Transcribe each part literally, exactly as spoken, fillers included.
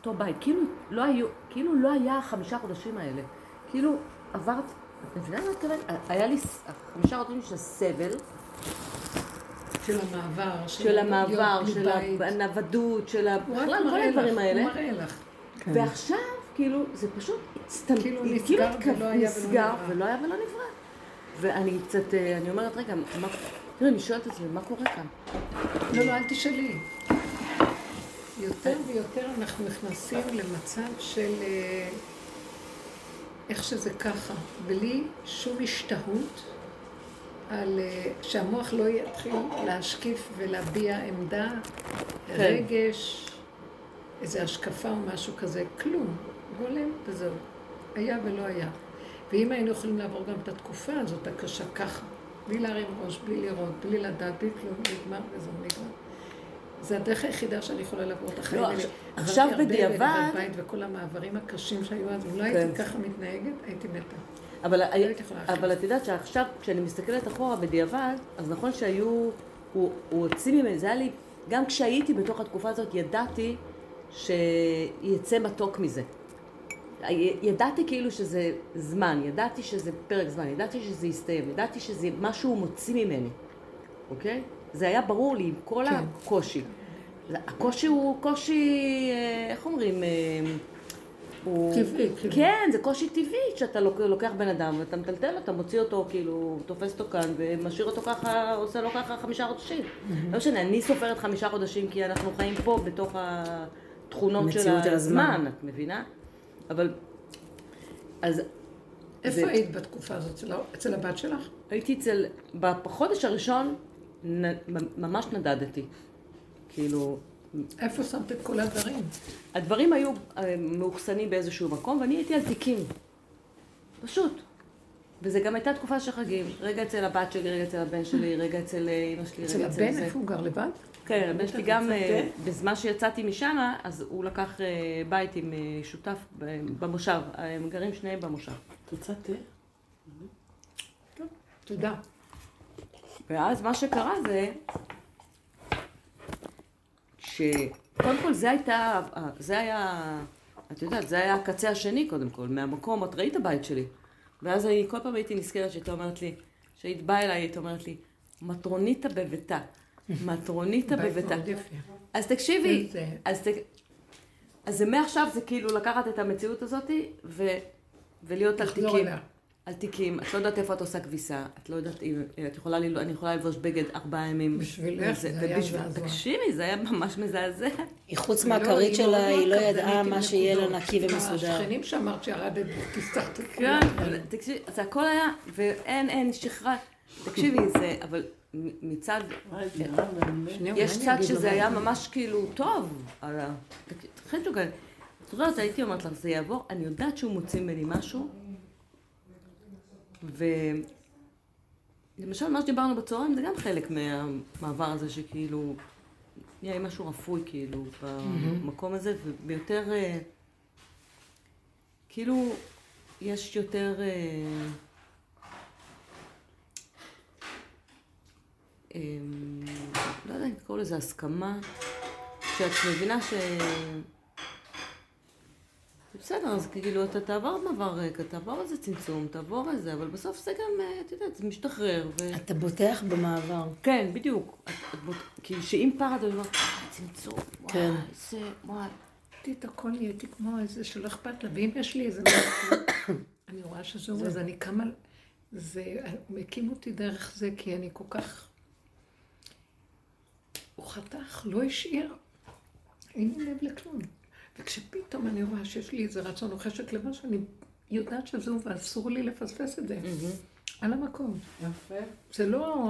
אותו בית, כאילו לא היו, כאילו לא היה חמישה חודשים האלה. כאילו עברת, את מבינה מה התכוונת? היה לי חמישה חודשים של סבל. של המעבר, של המעבר, של הנוודות, של בכלל כל הדברים האלה. הוא מראה לך. ועכשיו, כאילו, זה פשוט הצטמצם. כאילו נסגר ולא היה ולא נברא. ואני קצת, אני אומרת, רגע, מה... תראי, אני שואלת את זה, מה קורה כאן? לא, לא, אל תשאלי. יותר ויותר אנחנו נכנסים למצב של איך שזה ככה, בלי שום השתהות, על שהמוח לא יתחיל להשקיף ולהביע עמדה, רגש, איזו השקפה או משהו כזה, כלום, גולם וזהו, היה ולא היה. ואם היינו יכולים לעבור גם את התקופה הזאת הקשה ככה, בלי להרים ראש, בלי לראות, בלי לדעת, בלי כלום, נגמר וזהו נגמר. זה הדרך היחידה שאני יכולה לעבור את החיים האלה. עכשיו בדיעבד... וכל המעברים הקשים שהיו אז, אם לא הייתי ככה מתנהגת, הייתי מתה. אבל, אבל את יודעת שעכשיו, כשאני מסתכלת אחורה בדיעבד, אז נכון שהיו, הוא, הוא הוציא ממני, זה היה לי, גם כשהייתי בתוך התקופה הזאת, ידעתי שיצא מתוק מזה. ידעתי כאילו שזה זמן, ידעתי שזה פרק זמן, ידעתי שזה יסתיים, ידעתי שזה משהו מוציא ממני, אוקיי? זה היה ברור לי עם כל כן. הקושי. הקושי הוא קושי, איך אומרים? הוא... טבעי. כן, זה קושי טבעי שאתה לוקח בן אדם ואתה מטלטל, אתה מוציא אותו, כאילו, תופס אותו כאן ומשאיר אותו ככה, עושה לו ככה חמישה חודשים. Mm-hmm. לא משנה, אני סופרת חמישה חודשים כי אנחנו חיים פה בתוך התכונות של הזמן, את מבינה? אבל... אז... איפה זה... היית בתקופה הזאת? אצל הבת שלך? הייתי אצל... בחודש הראשון נ... ממש נדדתי. כאילו... איפה שמת את כל הדברים? הדברים היו מאוחסנים באיזשהו מקום, ואני הייתי על תיקים. פשוט. וזה גם הייתה תקופה של חגים. רגע אצל הבת שלי, רגע אצל הבן שלי, רגע אצל אמא שלי, אצל רגע אצל הבן, איפה הוא גר לבד? כן, הבן שלי גם, בזמן שיצאתי משם, אז הוא לקח בית עם שותף במושב. הם גרים שניהם במושב. תוצאתי? טוב, תודה. ואז מה שקרה זה... שקודם כל זה הייתה, זה היה, את יודעת, זה היה הקצה השני קודם כל, מהמקום, את ראית הבית שלי. ואז אני כל פעם הייתי נזכרת שהייתה אומרת לי, שהיית באה אליי, הייתה אומרת לי, מטרוניתה בביתה, מטרוניתה בביתה. אז תקשיבי, אז, תק... אז זה מעכשיו זה כאילו לקחת את המציאות הזאת ו... ולהיות על תיקים. על תיקים, את לא יודעת איפה את עושה כביסה, את לא יודעת אם, את יכולה, אני יכולה לבוש בגד ארבעה ימים. בשבילך זה היה מזעזע. תקשיבי, זה היה ממש מזעזע. חוץ מהכרית שלה, היא לא ידעה מה שיהיה לה נקי ומסודר. השכנים שאמרת שירדת, תסתכלת. כן, תקשיבי, זה הכל היה, ואין, אין, שחררה. תקשיבי, זה, אבל מצד, יש צד שזה היה ממש כאילו טוב. תכף שוגן, את יודעת, הייתי אומרת לך, זה יעבור, אני יודעת שהוא מוציא ממני משהו, ולמשל מה שדיברנו בצהריים זה גם חלק מהמעבר הזה שכאילו יהיה משהו רפוי כאילו במקום הזה, וביותר כאילו יש יותר לא יודע אם תקראו לזה הסכמה, שאת מבינה ש... בסדר, אז כאילו אתה תעבור מעבר רקע, תעבור איזה צמצום, תעבור איזה, אבל בסוף זה גם, את יודעת, זה משתחרר. ו... אתה בוטח במעבר. כן, בדיוק. את, את בוט... כי שאם פעם אתה אומר, אה, צמצום, כן. וואי, זה, וואי. את הכל נהייתי כמו איזה שלא אכפת לה, ואם יש לי איזה משהו, אני רואה שזהו, אז אני כמה, זה, מקים אותי דרך זה, כי אני כל כך, הוא חתך, לא השאיר, אין לי לב לכלום. וכשפתאום אני רואה שיש לי איזה רצון או חשק למה שאני יודעת שזהו ואסור לי לפספס את זה. על המקום. יפה. זה לא...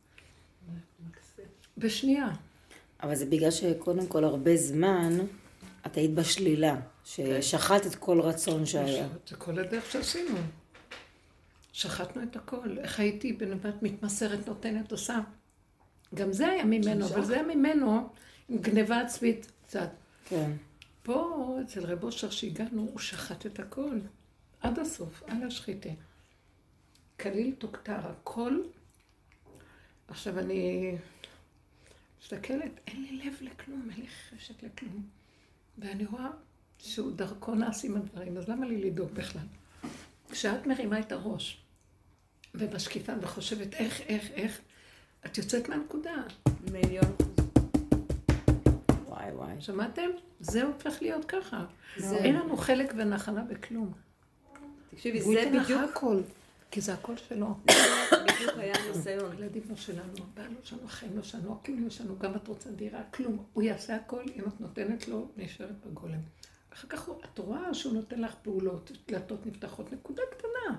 בשנייה. אבל זה בגלל שקודם כל הרבה זמן את היית בשלילה, ששחט את כל רצון שהיה. זה כל הדרך שעשינו. שחטנו את הכל. איך הייתי בנבת מתמסרת, נותנת, עושה. גם זה היה ממנו, אבל זה היה ממנו עם גניבה עצמית קצת. כן. פה, אצל רב אושר שהגענו, הוא שחט את הכל, עד הסוף, על השחיתה. כליל תוקתר, הכל. עכשיו אני מסתכלת, אין לי לב לכלום, אין לי חשק לכלום. ואני רואה שהוא דרכו נעשים הדברים, אז למה לי לדאוג בכלל? כשאת מרימה את הראש ומשקיפה וחושבת איך, איך, איך, את יוצאת מהנקודה. מיליון אחוז. וואי וואי. שמעתם? זה הופך להיות ככה. זה- אין לנו חלק ונחלה בכלום. תקשיבי, הוא זה ייתן לך בדיוק, הכל, כי זה הכל שלו. בדיוק היה ניסיון. הילדים לא שלנו, הבעל לא שלנו, החיים לא שלנו, הכלים לא שלנו, גם את רוצה דירה, כלום. הוא יעשה הכל, אם את נותנת לו, נשארת בגולם. אחר כך הוא- את רואה שהוא נותן לך פעולות, דלתות נפתחות, נקודה קטנה.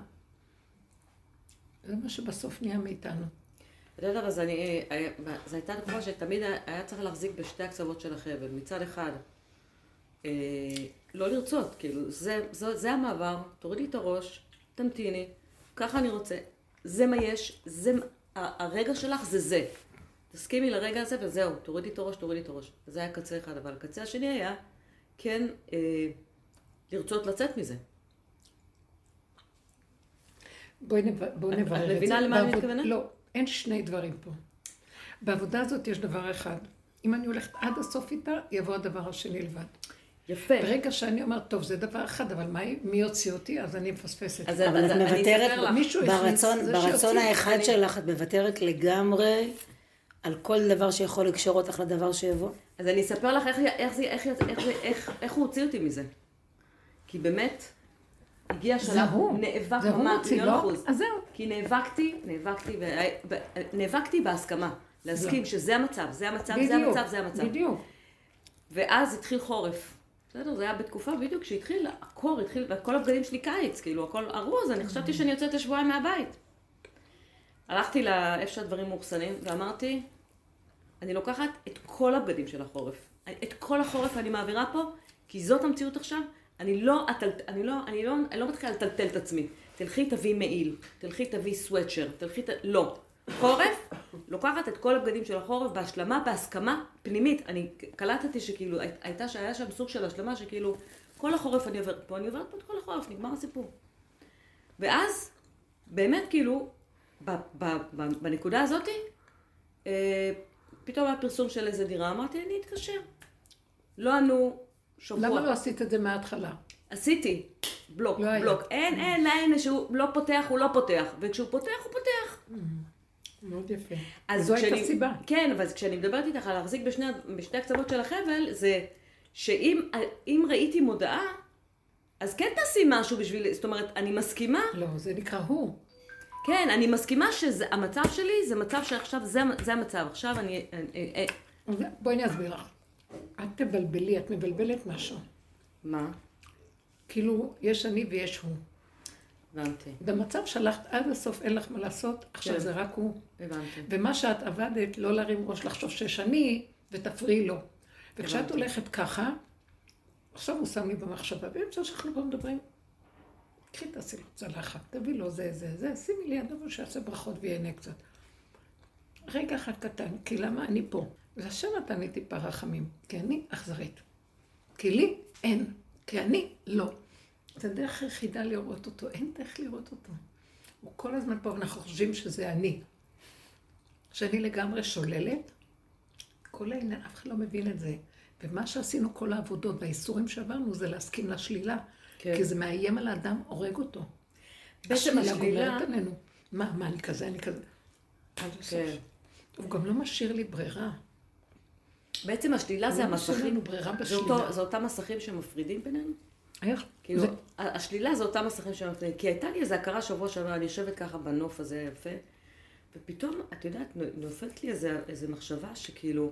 זה מה שבסוף נהיה מאיתנו. את יודעת, אבל זה אני- היה- זו הייתה תקופה שתמיד היה היה צריך להחזיק בשתי הקצוות של החבל. מצד אחד, אה, לא לרצות, כאילו, זה, זה, זה המעבר, תורידי את הראש, תמתיני, ככה אני רוצה, זה מה יש, זה, ה- הרגע שלך זה זה. תסכימי לרגע הזה וזהו, תורידי את הראש, תורידי את הראש. זה היה קצה אחד, אבל הקצה השני היה, כן, אה, לרצות לצאת מזה. בואי נב- בואי את- נברר את את זה. מבינה למה אני בעבוד- מתכוונת? לא, אין שני דברים פה. בעבודה הזאת יש דבר אחד. אם אני הולכת עד הסוף איתה, יבוא הדבר השני לבד. יפה. ברגע שאני אומרת, טוב, זה דבר אחד, אבל מה, מי יוציא אותי? אז אני מפספסת. אז- אבל אז את אני מוותרת, אספר לך. מישהו הכניס, ברצון, זה ברצון שיוציא, האחד אני- שלך, את מוותרת לגמרי על כל דבר שיכול לקשור אותך לדבר שיבוא? אז אני אספר לך איך, איך, זה- איך, איך, איך, איך, איך הוא הוציא אותי מזה. כי באמת, הגיע זה שלב, הוא. נאבק זה הוא ממש, מוציא, מיליון לא? אחוז. אז זהו. כי נאבקתי, נאבקתי, ו... ו... נאבקתי בהסכמה. להסכים לא. שזה המצב, זה המצב, זה בדיוק, המצב, זה המצב. בדיוק. ואז התחיל חורף. בסדר, זה היה בתקופה בדיוק כשהתחיל, הקור התחיל, וכל הבגדים שלי קיץ, כאילו, הכל ארוז, אני חשבתי שאני יוצאת לשבועיים מהבית. הלכתי לאיפה שהדברים מאוחסנים, ואמרתי, אני לוקחת את כל הבגדים של החורף. את כל החורף אני מעבירה פה, כי זאת המציאות עכשיו. אני לא, אני לא, אני לא, אני לא מתחילה לטלטל את עצמי. תלכי תביא מעיל, תלכי תביא סוואטשר, תלכי ת... לא. חורף, לוקחת את כל הבגדים של החורף בהשלמה, בהסכמה פנימית. אני קלטתי שכאילו, הייתה שהיה שם סוג של השלמה שכאילו, כל החורף אני עוברת פה, אני עוברת פה את כל החורף, נגמר הסיפור. ואז, באמת כאילו, ב, ב, ב, בנקודה הזאת, אה, פתאום היה פרסום של איזה דירה, אמרתי, אני אתקשר. לא ענו שבוע. למה לא עשית את זה מההתחלה? עשיתי. בלוק, לא בלוק. היה. אין, אין, אין, שהוא לא פותח, הוא לא פותח. וכשהוא פותח, הוא פותח. מאוד יפה. אז זו כשאני- הייתה סיבה. כן, אבל כשאני מדברת איתך על להחזיק בשני, בשתי הקצוות של החבל, זה שאם אם ראיתי מודעה, אז כן תעשי משהו בשביל, זאת אומרת, אני מסכימה, לא, זה נקרא הוא. כן, אני מסכימה שהמצב שלי זה מצב שעכשיו, זה, זה המצב. עכשיו אני, אני, אה, אז בואי אני אסביר לך. את תבלבלי, את מבלבלת משהו. מה? כאילו, יש אני ויש הוא. הבנתי, במצב שהלכת עד הסוף, אין לך מה לעשות, עכשיו כן. זה רק הוא. הבנתי. ומה שאת עבדת, לא להרים ראש לחשוב שיש אני, ותפריעי לו. וכשאת הבנתי. הולכת ככה, עכשיו הוא שם לי במחשבה, באמצע שאנחנו כבר מדברים, קחי תעשי לו צלחת, תביא לו זה, זה, זה, שימי לי אדם שיעשה ברכות ויהנה קצת. רגע אחד קטן, כי למה אני פה? והשם נתן לי טיפה רחמים, כי אני אכזרית. כי לי אין, כי אני לא. זה דרך יחידה לראות אותו, אין דרך לראות אותו. הוא כל הזמן פה, ואנחנו חושבים שזה אני. שאני לגמרי שוללת, כל העניין, אף אחד לא מבין את זה. ומה שעשינו כל העבודות והאיסורים שעברנו זה להסכים לשלילה. כן. כי זה מאיים על האדם, הורג אותו. בעצם השלילה- גומרת עלינו. מה, מה, אני כזה, אני כזה. עד הסוף. כן. הוא גם לא משאיר לי ברירה. בעצם השלילה זה הוא לא משאיר המסכים, לנו ברירה זה, בשלילה. אותו, זה אותם מסכים שמפרידים בינינו? איך? כאילו, זה- השלילה זה אותם מסכים שמפרידים. כי הייתה לי איזו הכרה שבוע שעבר, אני יושבת ככה בנוף הזה יפה, ופתאום, את יודעת, נופלת לי איזו, איזו מחשבה שכאילו,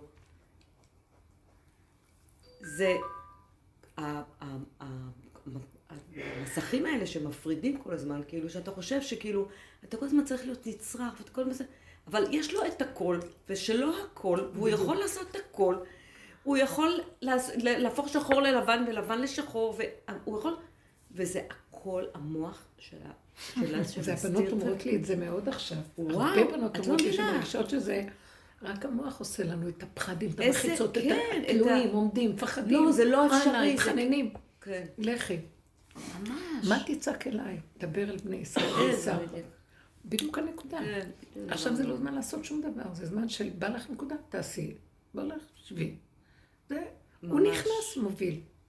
זה, ה- ה- ה- המסכים האלה שמפרידים כל הזמן, כאילו, שאתה חושב שכאילו, אתה כל הזמן צריך להיות נצרך, ואת כל זה, אבל יש לו את הכל, ושלא הכל, והוא יכול לעשות את הכל, הוא יכול לעש- להפוך שחור ללבן ולבן לשחור, והוא יכול, וזה הכל המוח של ה... של ה- זה שמסתיר הבנות את אומרות לי את זה מאוד עכשיו. וואו, הרבה בנות את לא אומרות לי מבינה. שמרגישות שזה... רק המוח עושה לנו את הפחדים, את איזה- המחיצות, את כן, את התלויים, ה- עומדים, מפחדים. לא, זה לא אנא, אפשרי, זה- מתחננים. כן, לכי. ממש. מה תצעק אליי? דבר אל בני ישראל. כן, עשיו. זה בדיוק. בדיוק הנקודה. כן, עכשיו זה לא זמן לעשות שום דבר, זה זמן של בא לך נקודה, תעשי. בא לך, שבי. זה, הוא ממש. נכנס, מוביל.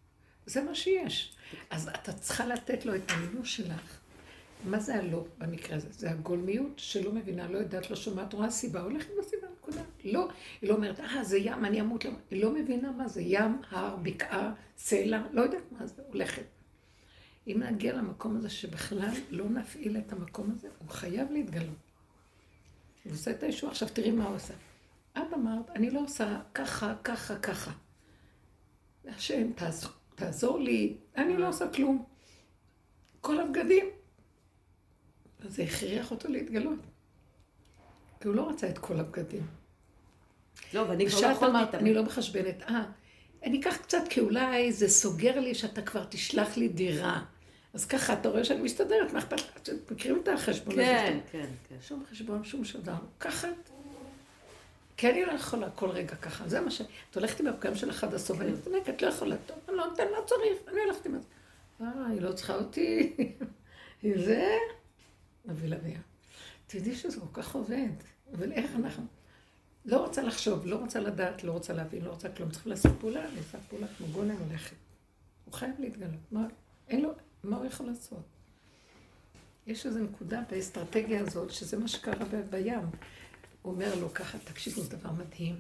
זה מה שיש. אז אתה צריכה לתת לו את הלא שלך. מה זה הלא במקרה הזה? זה הגולמיות שלא מבינה, לא יודעת, לא שומעת, רואה סיבה, הולכת בסיבה, נקודה. לא, היא לא אומרת, אה, זה ים, אני אמות. היא לא מבינה מה זה, ים, הר, בקעה, סלע, לא יודעת מה זה, הולכת. אם נגיע למקום הזה שבכלל לא נפעיל את המקום הזה, הוא חייב להתגלות. הוא עושה את הישוע, עכשיו תראי מה הוא עושה. את אמרת, אני לא עושה ככה, ככה, ככה. השם, תעזור, תעזור לי, אני לא עושה כלום. כל הבגדים. אז זה הכריח אותו להתגלות. כי הוא לא רצה את כל הבגדים. לא, ואני כבר לא ושאת יכולתי אמרת, איתם. אני לא מחשבנת, אה, אני אקח קצת, כי אולי זה סוגר לי שאתה כבר תשלח לי דירה. אז ככה, אתה רואה שאני מסתדרת, מה אכפת לך? אתם מכירים את החשבון הזה? כן, כן, כן. שום חשבון, שום שדר. ככה, כי אני לא יכולה כל רגע ככה. זה מה ש... את הולכת עם הפגם שלך עד הסוף, ואני מתנקת, לא יכולה, טוב, אני לא נותן, לא צריך, אני הולכת עם זה. אה, היא לא צריכה אותי. עם זה, נביא לביאה. תדעי שזה כל כך עובד, אבל איך אנחנו... לא רוצה לחשוב, לא רוצה לדעת, לא רוצה להבין, לא רוצה כלום. צריך לעשות פעולה, אני עושה פעולה כמו גולם הולכת. הוא חייב להתגלות. מה, אין לו, מה הוא יכול לעשות? יש איזו נקודה באסטרטגיה הזאת, שזה מה שקרה ב- בים. הוא אומר לו ככה, תקשיבו, זה דבר מדהים.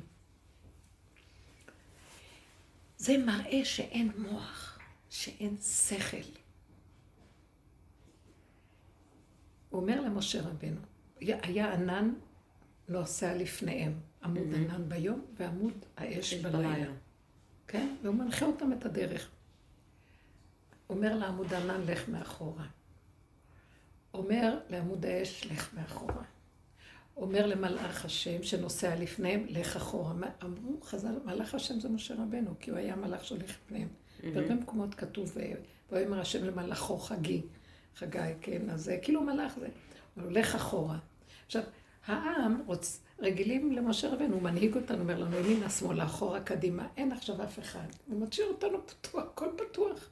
זה מראה שאין מוח, שאין שכל. הוא אומר למשה רבנו, היה ענן נוסע לפניהם, עמוד mm-hmm. ענן ביום ועמוד האש בלילה. כן? והוא מנחה אותם את הדרך. אומר לעמוד הענן, לך מאחורה. אומר לעמוד האש, לך מאחורה. אומר למלאך השם שנוסע לפניהם, לך אחורה. אמרו חז"ל, מלאך השם זה משה רבנו, כי הוא היה מלאך שהולך לפניהם. Mm-hmm. בהרבה מקומות כתוב, ואומר השם למלאכו חגי, חגי, כן, אז זה כאילו מלאך זה. אבל הוא לך אחורה. עכשיו, העם רוצ... רגילים למשה רבנו, הוא מנהיג אותנו, אומר לנו, ימינה, שמאלה, אחורה, קדימה, אין עכשיו אף אחד. הוא משאיר אותנו פתוח, הכל פתוח.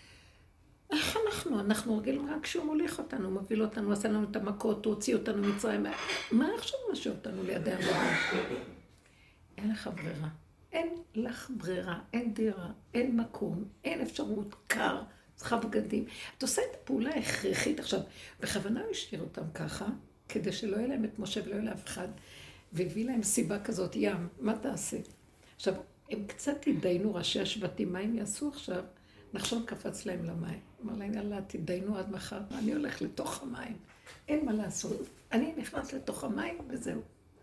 איך אנחנו? אנחנו רגילים רק כשהוא מוליך אותנו, הוא מוביל אותנו, עשה לנו את המכות, הוא הוציא אותנו מצרים. מה עכשיו משאיר אותנו לידי המדינה? אין לך ברירה. אין לך ברירה, אין דירה, אין מקום, אין אפשרות, קר, צריכה בגדים. את עושה את הפעולה ההכרחית. עכשיו, בכוונה הוא השאיר אותם ככה, כדי שלא יהיה להם את משה ולא יהיה לאף אחד, והביא להם סיבה כזאת, ים, מה תעשה? עכשיו, הם קצת התדיינו, ראשי השבטים, מה הם יעשו עכשיו? נחשון קפץ להם למים. אמר להם, יאללה, תתדיינו עד מחר, אני הולך לתוך המים. אין מה לעשות. אני נכנס לתוך המים וזהו.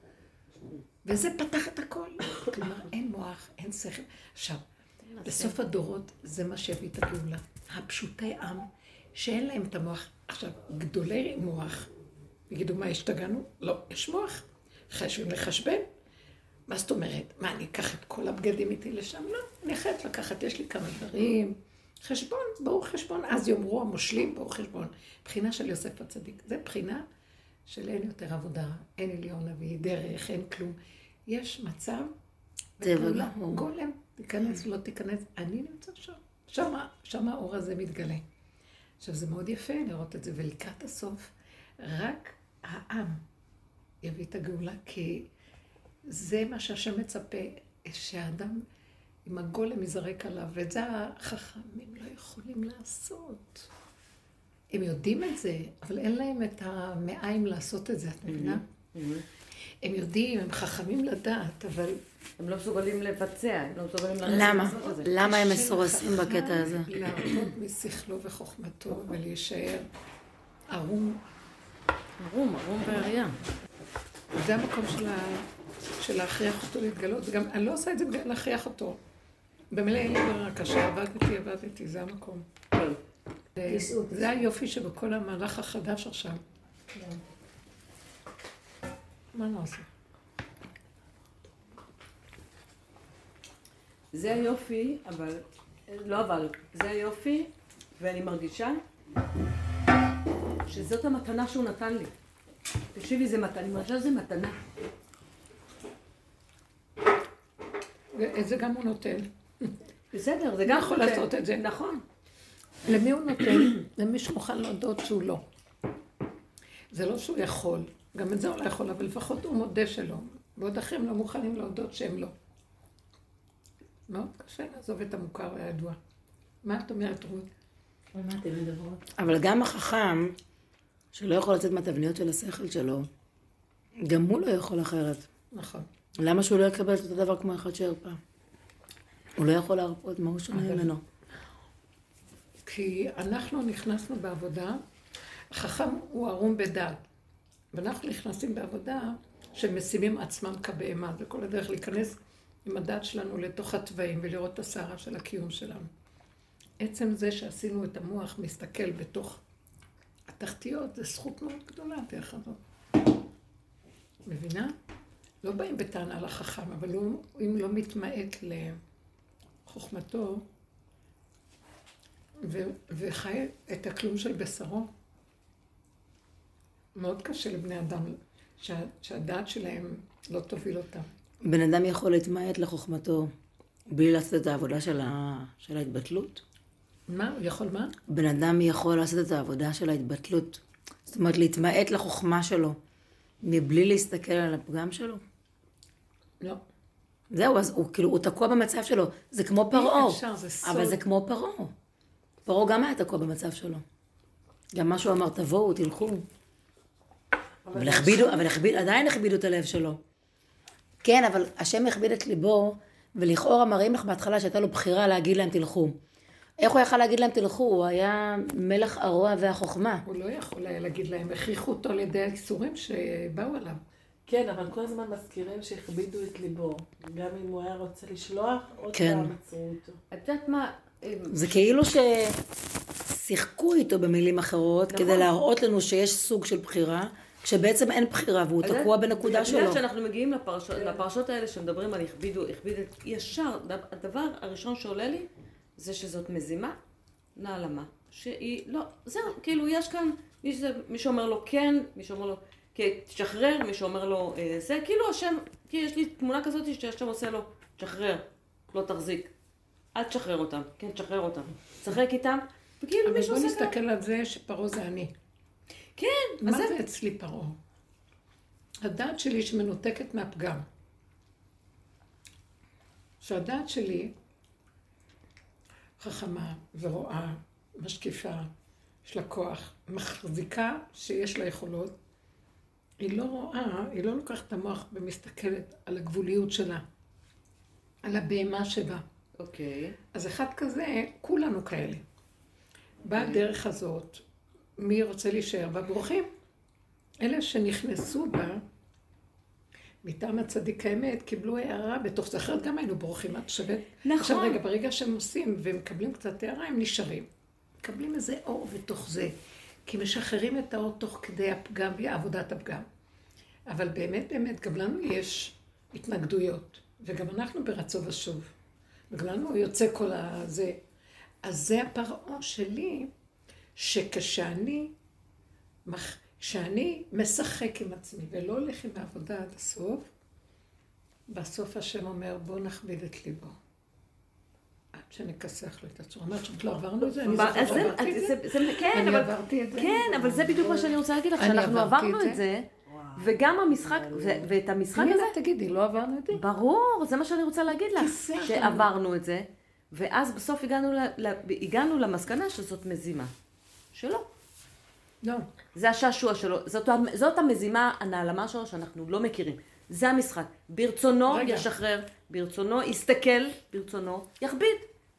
וזה פתח את הכל. כלומר, אין מוח, אין שכל. עכשיו, בסוף הדורות זה מה שהביא את הגאולה. הפשוטי עם, שאין להם את המוח. עכשיו, גדולי מוח, יגידו, מה, השתגענו? לא, יש מוח. חשבים לחשבן. מה זאת אומרת? מה, אני אקח את כל הבגדים איתי לשם? לא, אני חייבת לקחת, יש לי כמה דברים. חשבון, ברור חשבון. אז יאמרו המושלים, ברור חשבון. בחינה של יוסף הצדיק. זה בחינה של אין יותר עבודה, אין עליון אבי, דרך, אין כלום. יש מצב, ופעולה, גולם, תיכנס, לא תיכנס, אני נמצא שם. שמה, שמה האור הזה מתגלה. עכשיו, זה מאוד יפה לראות את זה, ולקראת הסוף, רק העם יביא את הגאולה, כי זה מה שהשם מצפה, שהאדם עם הגולם יזרק עליו, ואת זה החכמים לא יכולים לעשות. הם יודעים את זה, אבל אין להם את המעיים לעשות את זה, את מבינה? הם יודעים, הם חכמים לדעת, אבל... הם לא מסוגלים לבצע, הם לא מסוגלים למה? למה הם מסורסים בקטע הזה? להראות משכלו וחוכמתו ולהישאר ערום. ערום, ערום בעירייה. זה המקום של להכריח אותו להתגלות. וגם אני לא עושה את זה בגלל להכריח אותו. במילא אין לי ברירה קשה, עבדתי, עבדתי, זה המקום. זה היופי שבכל המהלך החדש עכשיו. מה נעשה? זה היופי, אבל, לא אבל, זה היופי, ואני מרגישה שזאת המתנה שהוא נתן לי. תקשיבי, זה מתנה, אני מרגישה שזה מתנה. ואת זה גם הוא נותן. בסדר, זה גם יכול לעשות את זה. נכון. למי הוא נותן? למי שמוכן להודות שהוא לא. זה לא שהוא יכול, גם את זה הוא לא יכול, אבל לפחות הוא מודה שלא. ועוד אחרים לא מוכנים להודות שהם לא. מאוד קשה לעזוב את המוכר והידוע. מה את אומרת, רות? על מה אתם מדברות? אבל גם החכם, שלא יכול לצאת מהתבניות של השכל שלו, גם הוא לא יכול אחרת. נכון. למה שהוא לא יקבל את אותו דבר כמו אחד שהרפא? הוא לא יכול להרפות, מה הוא שונה ממנו? כי אנחנו נכנסנו בעבודה, החכם הוא ערום בדעת, ואנחנו נכנסים בעבודה שמשימים עצמם כבהמה, זה כל הדרך להיכנס עם הדעת שלנו לתוך הטבעים ולראות את הסערה של הקיום שלנו. עצם זה שעשינו את המוח מסתכל בתוך התחתיות, זה זכות מאוד גדולה, דרך הזאת. מבינה? לא באים בטענה לחכם, אבל הוא, אם לא מתמעט לחוכמתו, ו- וחי את הכלום של בשרו, מאוד קשה לבני אדם שה- שהדעת שלהם לא תוביל אותם. בן אדם יכול להתמעט לחוכמתו בלי לעשות את העבודה של, ה... של ההתבטלות? מה? הוא יכול מה? בן אדם יכול לעשות את העבודה של ההתבטלות. זאת אומרת, להתמעט לחוכמה שלו, מבלי להסתכל על הפגם שלו. לא. זהו, אז הוא כאילו, הוא תקוע במצב שלו. זה כמו פרעה. אפשר, זה סוד. אבל זה כמו פרעה. פרעה גם היה תקוע במצב שלו. גם מה שהוא אמר, תבואו, תלכו. אבל הכבידו, אבל הכביד, עדיין הכבידו את הלב שלו. כן, אבל השם הכביד את ליבו, ולכאורה מראים לך בהתחלה שהייתה לו בחירה להגיד להם תלכו. איך הוא יכל להגיד להם תלכו? הוא היה מלך הרוע והחוכמה. הוא לא יכול היה להגיד להם, הכריחו אותו על ידי האיסורים שבאו עליו. כן, אבל כל הזמן מזכירים שהכבידו את ליבו. גם אם הוא היה רוצה לשלוח, עוד כן. פעם עצרו אותו. את יודעת מה? זה כאילו ששיחקו איתו במילים אחרות, נכון. כדי להראות לנו שיש סוג של בחירה, כשבעצם אין בחירה והוא תקוע בנקודה את שלו. יודעת שאנחנו מגיעים לפרשות, לפרשות האלה שמדברים על הכבידו, הכביד את ישר, הדבר הראשון שעולה לי זה שזאת מזימה, נעלמה, שהיא, לא, זהו, כאילו יש כאן, מי שאומר לו כן, מי שאומר לו, תשחרר, מי שאומר לו זה, כאילו השם, כי יש לי תמונה כזאת שהשם עושה לו, תשחרר, לא תחזיק, אל תשחרר אותם, כן, תשחרר אותם, תשחק איתם, וכאילו מישהו עושה אבל בוא נסתכל על זה שפרעה זה אני. כן, מה זה אצלי פרעה? הדעת שלי שמנותקת מהפגם. שהדעת שלי חכמה ורואה, משקיפה, יש לה כוח, מחזיקה שיש לה יכולות, היא לא רואה, היא לא לוקחת את המוח ומסתכלת על הגבוליות שלה, על הבהמה שבה. אוקיי. אז אחד כזה, כולנו כאלה. בדרך הזאת, מי רוצה להישאר בה? ברוכים. אלה שנכנסו בה, מטעם הצדיק האמת, קיבלו הערה בתוך זה, אחרת גם היינו ברוכים, את שווה. נכון. עכשיו רגע, ברגע שהם עושים ומקבלים קצת הערה, הם נשארים. מקבלים איזה אור בתוך זה, כי משחררים את האור תוך כדי הפגם ועבודת הפגם. אבל באמת, באמת, גם לנו יש התנגדויות, וגם אנחנו ברצו ושוב. וגם לנו יוצא כל הזה. אז זה הפרעה שלי, שכשאני, כשאני משחק עם עצמי ולא הולך עם העבודה עד הסוף, בסוף השם אומר, בוא נכביד את ליבו. עד שנכסח לו את הצורה. אומרת שאת לא עברנו את זה? אני זוכרת שעברתי את זה? כן, אני עברתי את זה. כן, אבל זה בדיוק מה שאני רוצה להגיד לך, אני שאנחנו עברתי עברנו את את זה, וגם המשחק, ואת המשחק אני הזה, יודעת, תגידי, לא עברנו את זה? ברור, זה מה שאני רוצה להגיד לך, זה שעברנו את זה, ואז בסוף הגענו ל- ל- הגענו למסקנה שזאת מזימה. שלא. לא. זה השעשוע שלו, זאת, זאת המזימה, הנעלמה שלו שאנחנו לא מכירים. זה המשחק. ברצונו רגע. ישחרר, ברצונו יסתכל, ברצונו יכביד.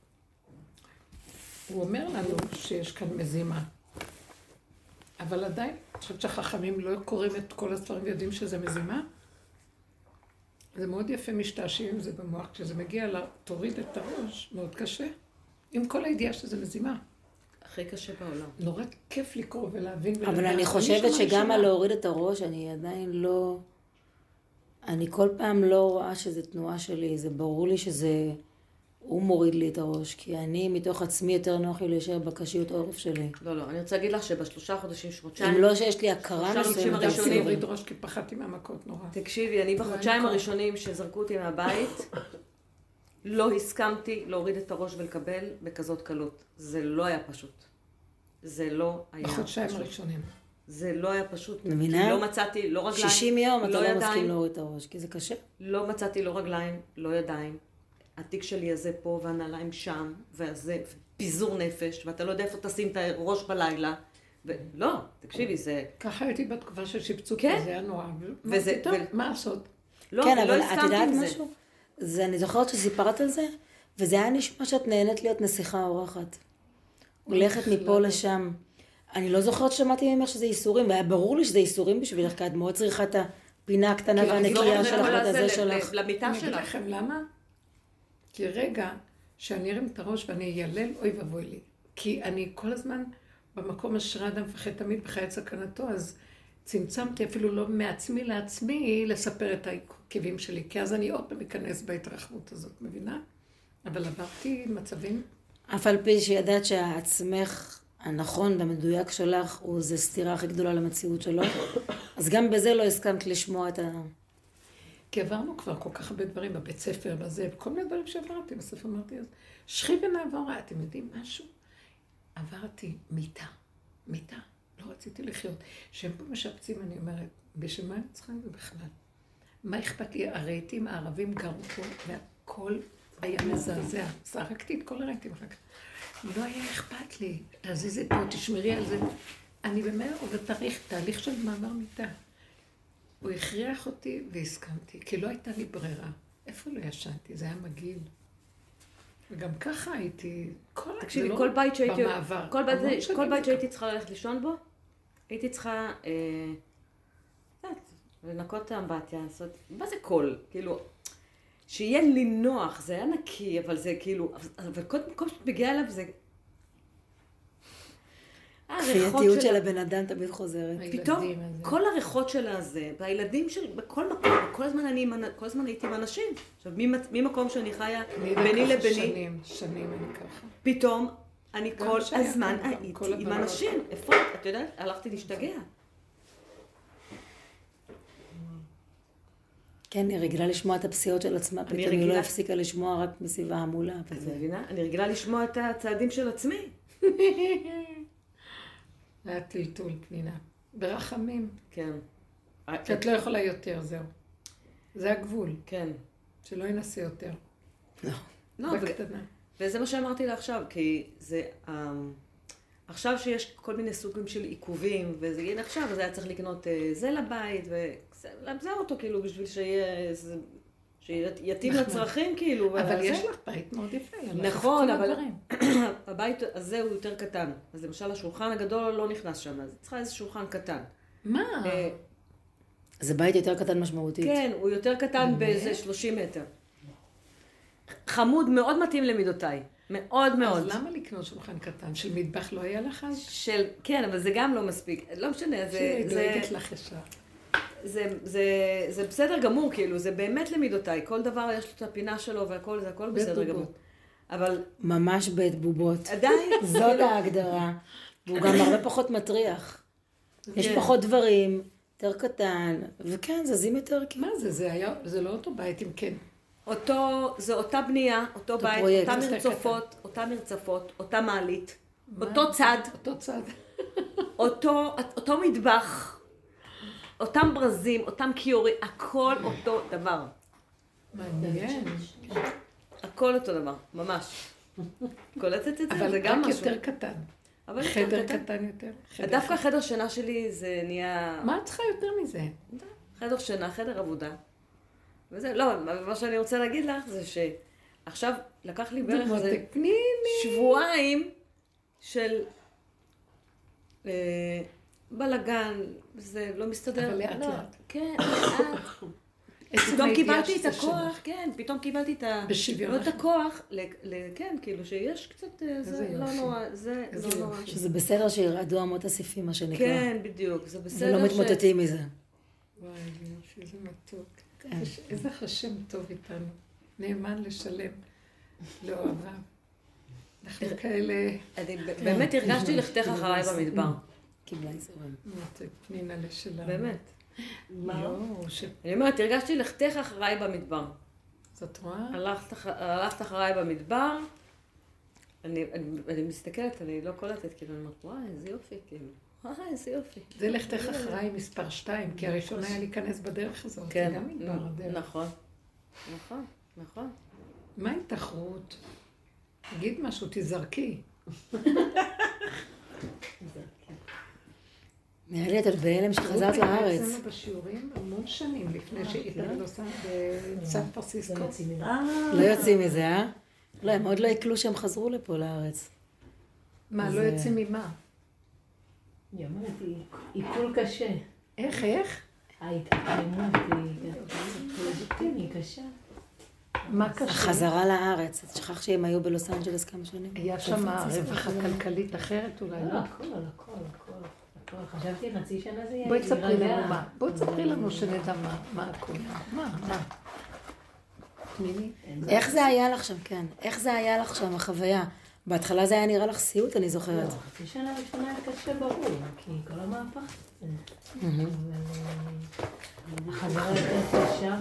הוא אומר לנו שיש כאן מזימה. אבל עדיין, אני חושבת שהחכמים לא קוראים את כל הספרים ויודעים שזה מזימה. זה מאוד יפה משתעשים עם זה במוח. כשזה מגיע לה, תוריד את הראש, מאוד קשה. עם כל הידיעה שזה מזימה. הכי קשה בעולם. נורא כיף לקרוא ולהבין. אבל ולדעת. אני חושבת שומעת שגם שמה. על להוריד את הראש, אני עדיין לא... אני כל פעם לא רואה שזה תנועה שלי, זה ברור לי שזה... הוא מוריד לי את הראש, כי אני מתוך עצמי יותר נוח לי להישאר בקשיות העורף שלי. לא, לא, אני רוצה להגיד לך שבשלושה חודשים, חודשיים... אם לא שיש לי הכרה שלושה מסוימת, חודשים רציתי הראשונים. להוריד ראש כי פחדתי מהמכות נורא. תקשיבי, אני בחודשיים הראשונים שזרקו אותי מהבית, לא הסכמתי להוריד את הראש ולקבל בכזאת קלות. זה לא היה פשוט. זה לא היה פשוט. בחודשיים הראשונים. זה לא היה פשוט. מבינה? כי לא מצאתי, לא רגליים, שישים יום אתה לא לא ידיים, מסכים להוריד את הראש, כי זה קשה. לא מצאתי לא רגליים, לא ידיים. התיק שלי הזה פה והנעליים שם, והזה, פיזור נפש, ואתה לא יודע איפה תשים את הראש בלילה. לא, תקשיבי, זה... ככה הייתי בתקופה ששיפצו, כן. זה היה נורא. וזה... טוב, מה לעשות? לא, כן, ולא אבל את הסכמתי יודעת עם זה. משהו? זה, אני זוכרת שסיפרת על זה, וזה היה נשמע שאת נהנית להיות נסיכה אורחת. הולכת מפה לשם. אני לא זוכרת ששמעתי ממך שזה איסורים, והיה ברור לי שזה איסורים בשבילך, כי את מאוד צריכה את הפינה הקטנה והנקייה שלך ואת הזה שלך. למיטה אני אגיד שלך. לכם למה? כי רגע שאני ארים את הראש ואני איילל, אוי ואבוי לי. כי אני כל הזמן במקום אשר האדם מפחד תמיד בחיית סכנתו, אז צמצמתי אפילו לא מעצמי לעצמי לספר את העקבים שלי, כי אז אני עוד פעם אכנס בהתרחבות הזאת, מבינה? אבל עברתי מצבים... אף על פי שידעת שהעצמך הנכון והמדויק שלך הוא זה סתירה הכי גדולה למציאות שלו, אז גם בזה לא הסכמת לשמוע את ה... כי עברנו כבר כל כך הרבה דברים בבית ספר, בזה, כל מיני דברים שעברתי, בספר אמרתי אז, שכי ונעבור, אתם יודעים משהו? עברתי מיטה, מיטה, לא רציתי לחיות. שהם פה משפצים, אני אומרת, בשביל מה אני צריכה את זה בכלל? מה אכפת לי? הרהיטים הערבים גרו פה, והכל היה מזעזע. זרקתי את כל הרהיטים אחר כך. לא היה אכפת לי, תזיז את פה, תשמרי על זה. אני באמת עוד תהליך, תהליך של מעבר מיטה. הוא הכריח אותי והסכמתי, כי לא הייתה לי ברירה. איפה לא ישנתי? זה היה מגעיל. וגם ככה הייתי, כל תקשיבי, כל בית שהייתי... במעבר. כל בית, כל בית שהייתי צריכה ללכת לישון בו, הייתי צריכה... אה, יודעת, לנקות את האמבטיה, לעשות... מה זה כל? כאילו... שיהיה לי נוח, זה היה נקי, אבל זה כאילו... אבל כל מקום שאת מגיעה אליו זה... כפייתיות של הבן אדם תמיד חוזרת. פתאום, כל הריחות של הזה, והילדים של... בכל מקום, כל הזמן אני עם... כל הזמן הייתי עם אנשים. עכשיו, ממקום שאני חיה ביני לביני... שנים, שנים אני ככה. פתאום, אני כל הזמן הייתי עם אנשים. איפה? את יודעת, הלכתי להשתגע. כן, היא רגילה לשמוע את הפסיעות של עצמה, פתאום היא לא הפסיקה לשמוע רק מסביבה המולה. את מבינה? אני רגילה לשמוע את הצעדים של עצמי. זה היה טלטול, פנינה. ברחמים. כן. שאת לא יכולה יותר, זהו. זה הגבול. כן. שלא ינסה יותר. לא. לא, בקטנה. וזה מה שאמרתי לה עכשיו, כי זה... עכשיו שיש כל מיני סוגים של עיכובים, וזה יהיה עכשיו, אז היה צריך לקנות זה לבית, ולמזר אותו כאילו בשביל שיהיה... שיתאים לצרכים כאילו. אבל יש לך בית מאוד יפה. נכון, אבל הבית הזה הוא יותר קטן. אז למשל השולחן הגדול לא נכנס שם, אז צריכה איזה שולחן קטן. מה? זה בית יותר קטן משמעותית. כן, הוא יותר קטן באיזה שלושים מטר. חמוד, מאוד מתאים למידותיי. מאוד מאוד. אז למה לקנות שולחן קטן? של מטבח לא היה לך אז? של, כן, אבל זה גם לא מספיק. לא משנה, זה... שדואגת לך ישר. זה, זה, זה בסדר גמור, כאילו, זה באמת למידותיי. כל דבר יש לו את הפינה שלו והכל, זה הכל בסדר גמור. אבל... ממש בית בובות. עדיין. זאת ההגדרה. והוא גם הרבה פחות מטריח. יש פחות דברים, יותר קטן, וכן, זזים יותר. מה זה? זה היה, זה לא אותו בית, אם כן. אותו, זה אותה בנייה, אותו בית, אותה מרצפות, אותה מרצפות, אותה מעלית, אותו צד. אותו צד. אותו, אותו מטבח. אותם ברזים, אותם קיורים, הכל אותו דבר. מעניין. הכל אותו דבר, ממש. קולטת את זה, זה גם משהו. אבל רק יותר קטן. חדר קטן יותר. דווקא חדר שינה שלי זה נהיה... מה את צריכה יותר מזה? חדר שינה, חדר עבודה. וזה, לא, מה שאני רוצה להגיד לך זה שעכשיו לקח לי בערך איזה שבועיים של... בלגן, זה לא מסתדר. אבל לאט לאט. כן, לאט. פתאום קיבלתי את הכוח, כן, פתאום קיבלתי את ה... בשוויון. לא את הכוח, כן, כאילו שיש קצת, זה לא נורא, זה לא נורא. שזה בסדר שירעדו אמות הסיפים, מה שנקרא. כן, בדיוק, זה בסדר ש... ולא מתמוטטים מזה. וואי, איזה מתוק. איזה השם טוב איתנו. נאמן לשלם, לאוהביו. אנחנו כאלה... אני באמת הרגשתי לכתך אחריי במדבר. קיבלה איזורים. פנינה לשלם. באמת. מה? אני אומרת, הרגשתי לכתך אחריי במדבר. זאת רואה? הלכת אחריי במדבר, אני מסתכלת, אני לא קולטת, כאילו, אני אומרת, וואי, איזה יופי, כאילו. וואי, איזה יופי. זה לכתך אחריי מספר שתיים, כי הראשון היה להיכנס בדרך הזאת. כן, זה גם מדבר הדרך. נכון. נכון, נכון. מה עם תחרות? תגיד משהו, תזרקי. נראה לי את בהלם שחזרת לארץ. אצלנו בשיעורים המון שנים לפני שהיית בסן פרנסיסקו. לא יוצאים מזה, אה? לא, הם עוד לא יקלו שהם חזרו לפה לארץ. מה, לא יוצאים ממה? היא אומרת, עיכול קשה. איך, איך? ההתאקלמות היא קשה. מה קשה? החזרה לארץ. את שכח שהם היו בלוס אנג'לס כמה שנים? היה שם רווחה כלכלית אחרת אולי, לא? לא, הכל, הכל, הכל. חשבתי חצי שנה זה יהיה... בואי תספרי לנו מה. בואי תספרי לנו שנדע מה הכל. מה, מה? תמיני. איך זה היה לך שם, כן? איך זה היה לך שם, החוויה? בהתחלה זה היה נראה לך סיוט, אני זוכרת. חצי שנה ראשונה היה קשה ברור, כי כל המהפך זה. אבל החזרה יותר קשה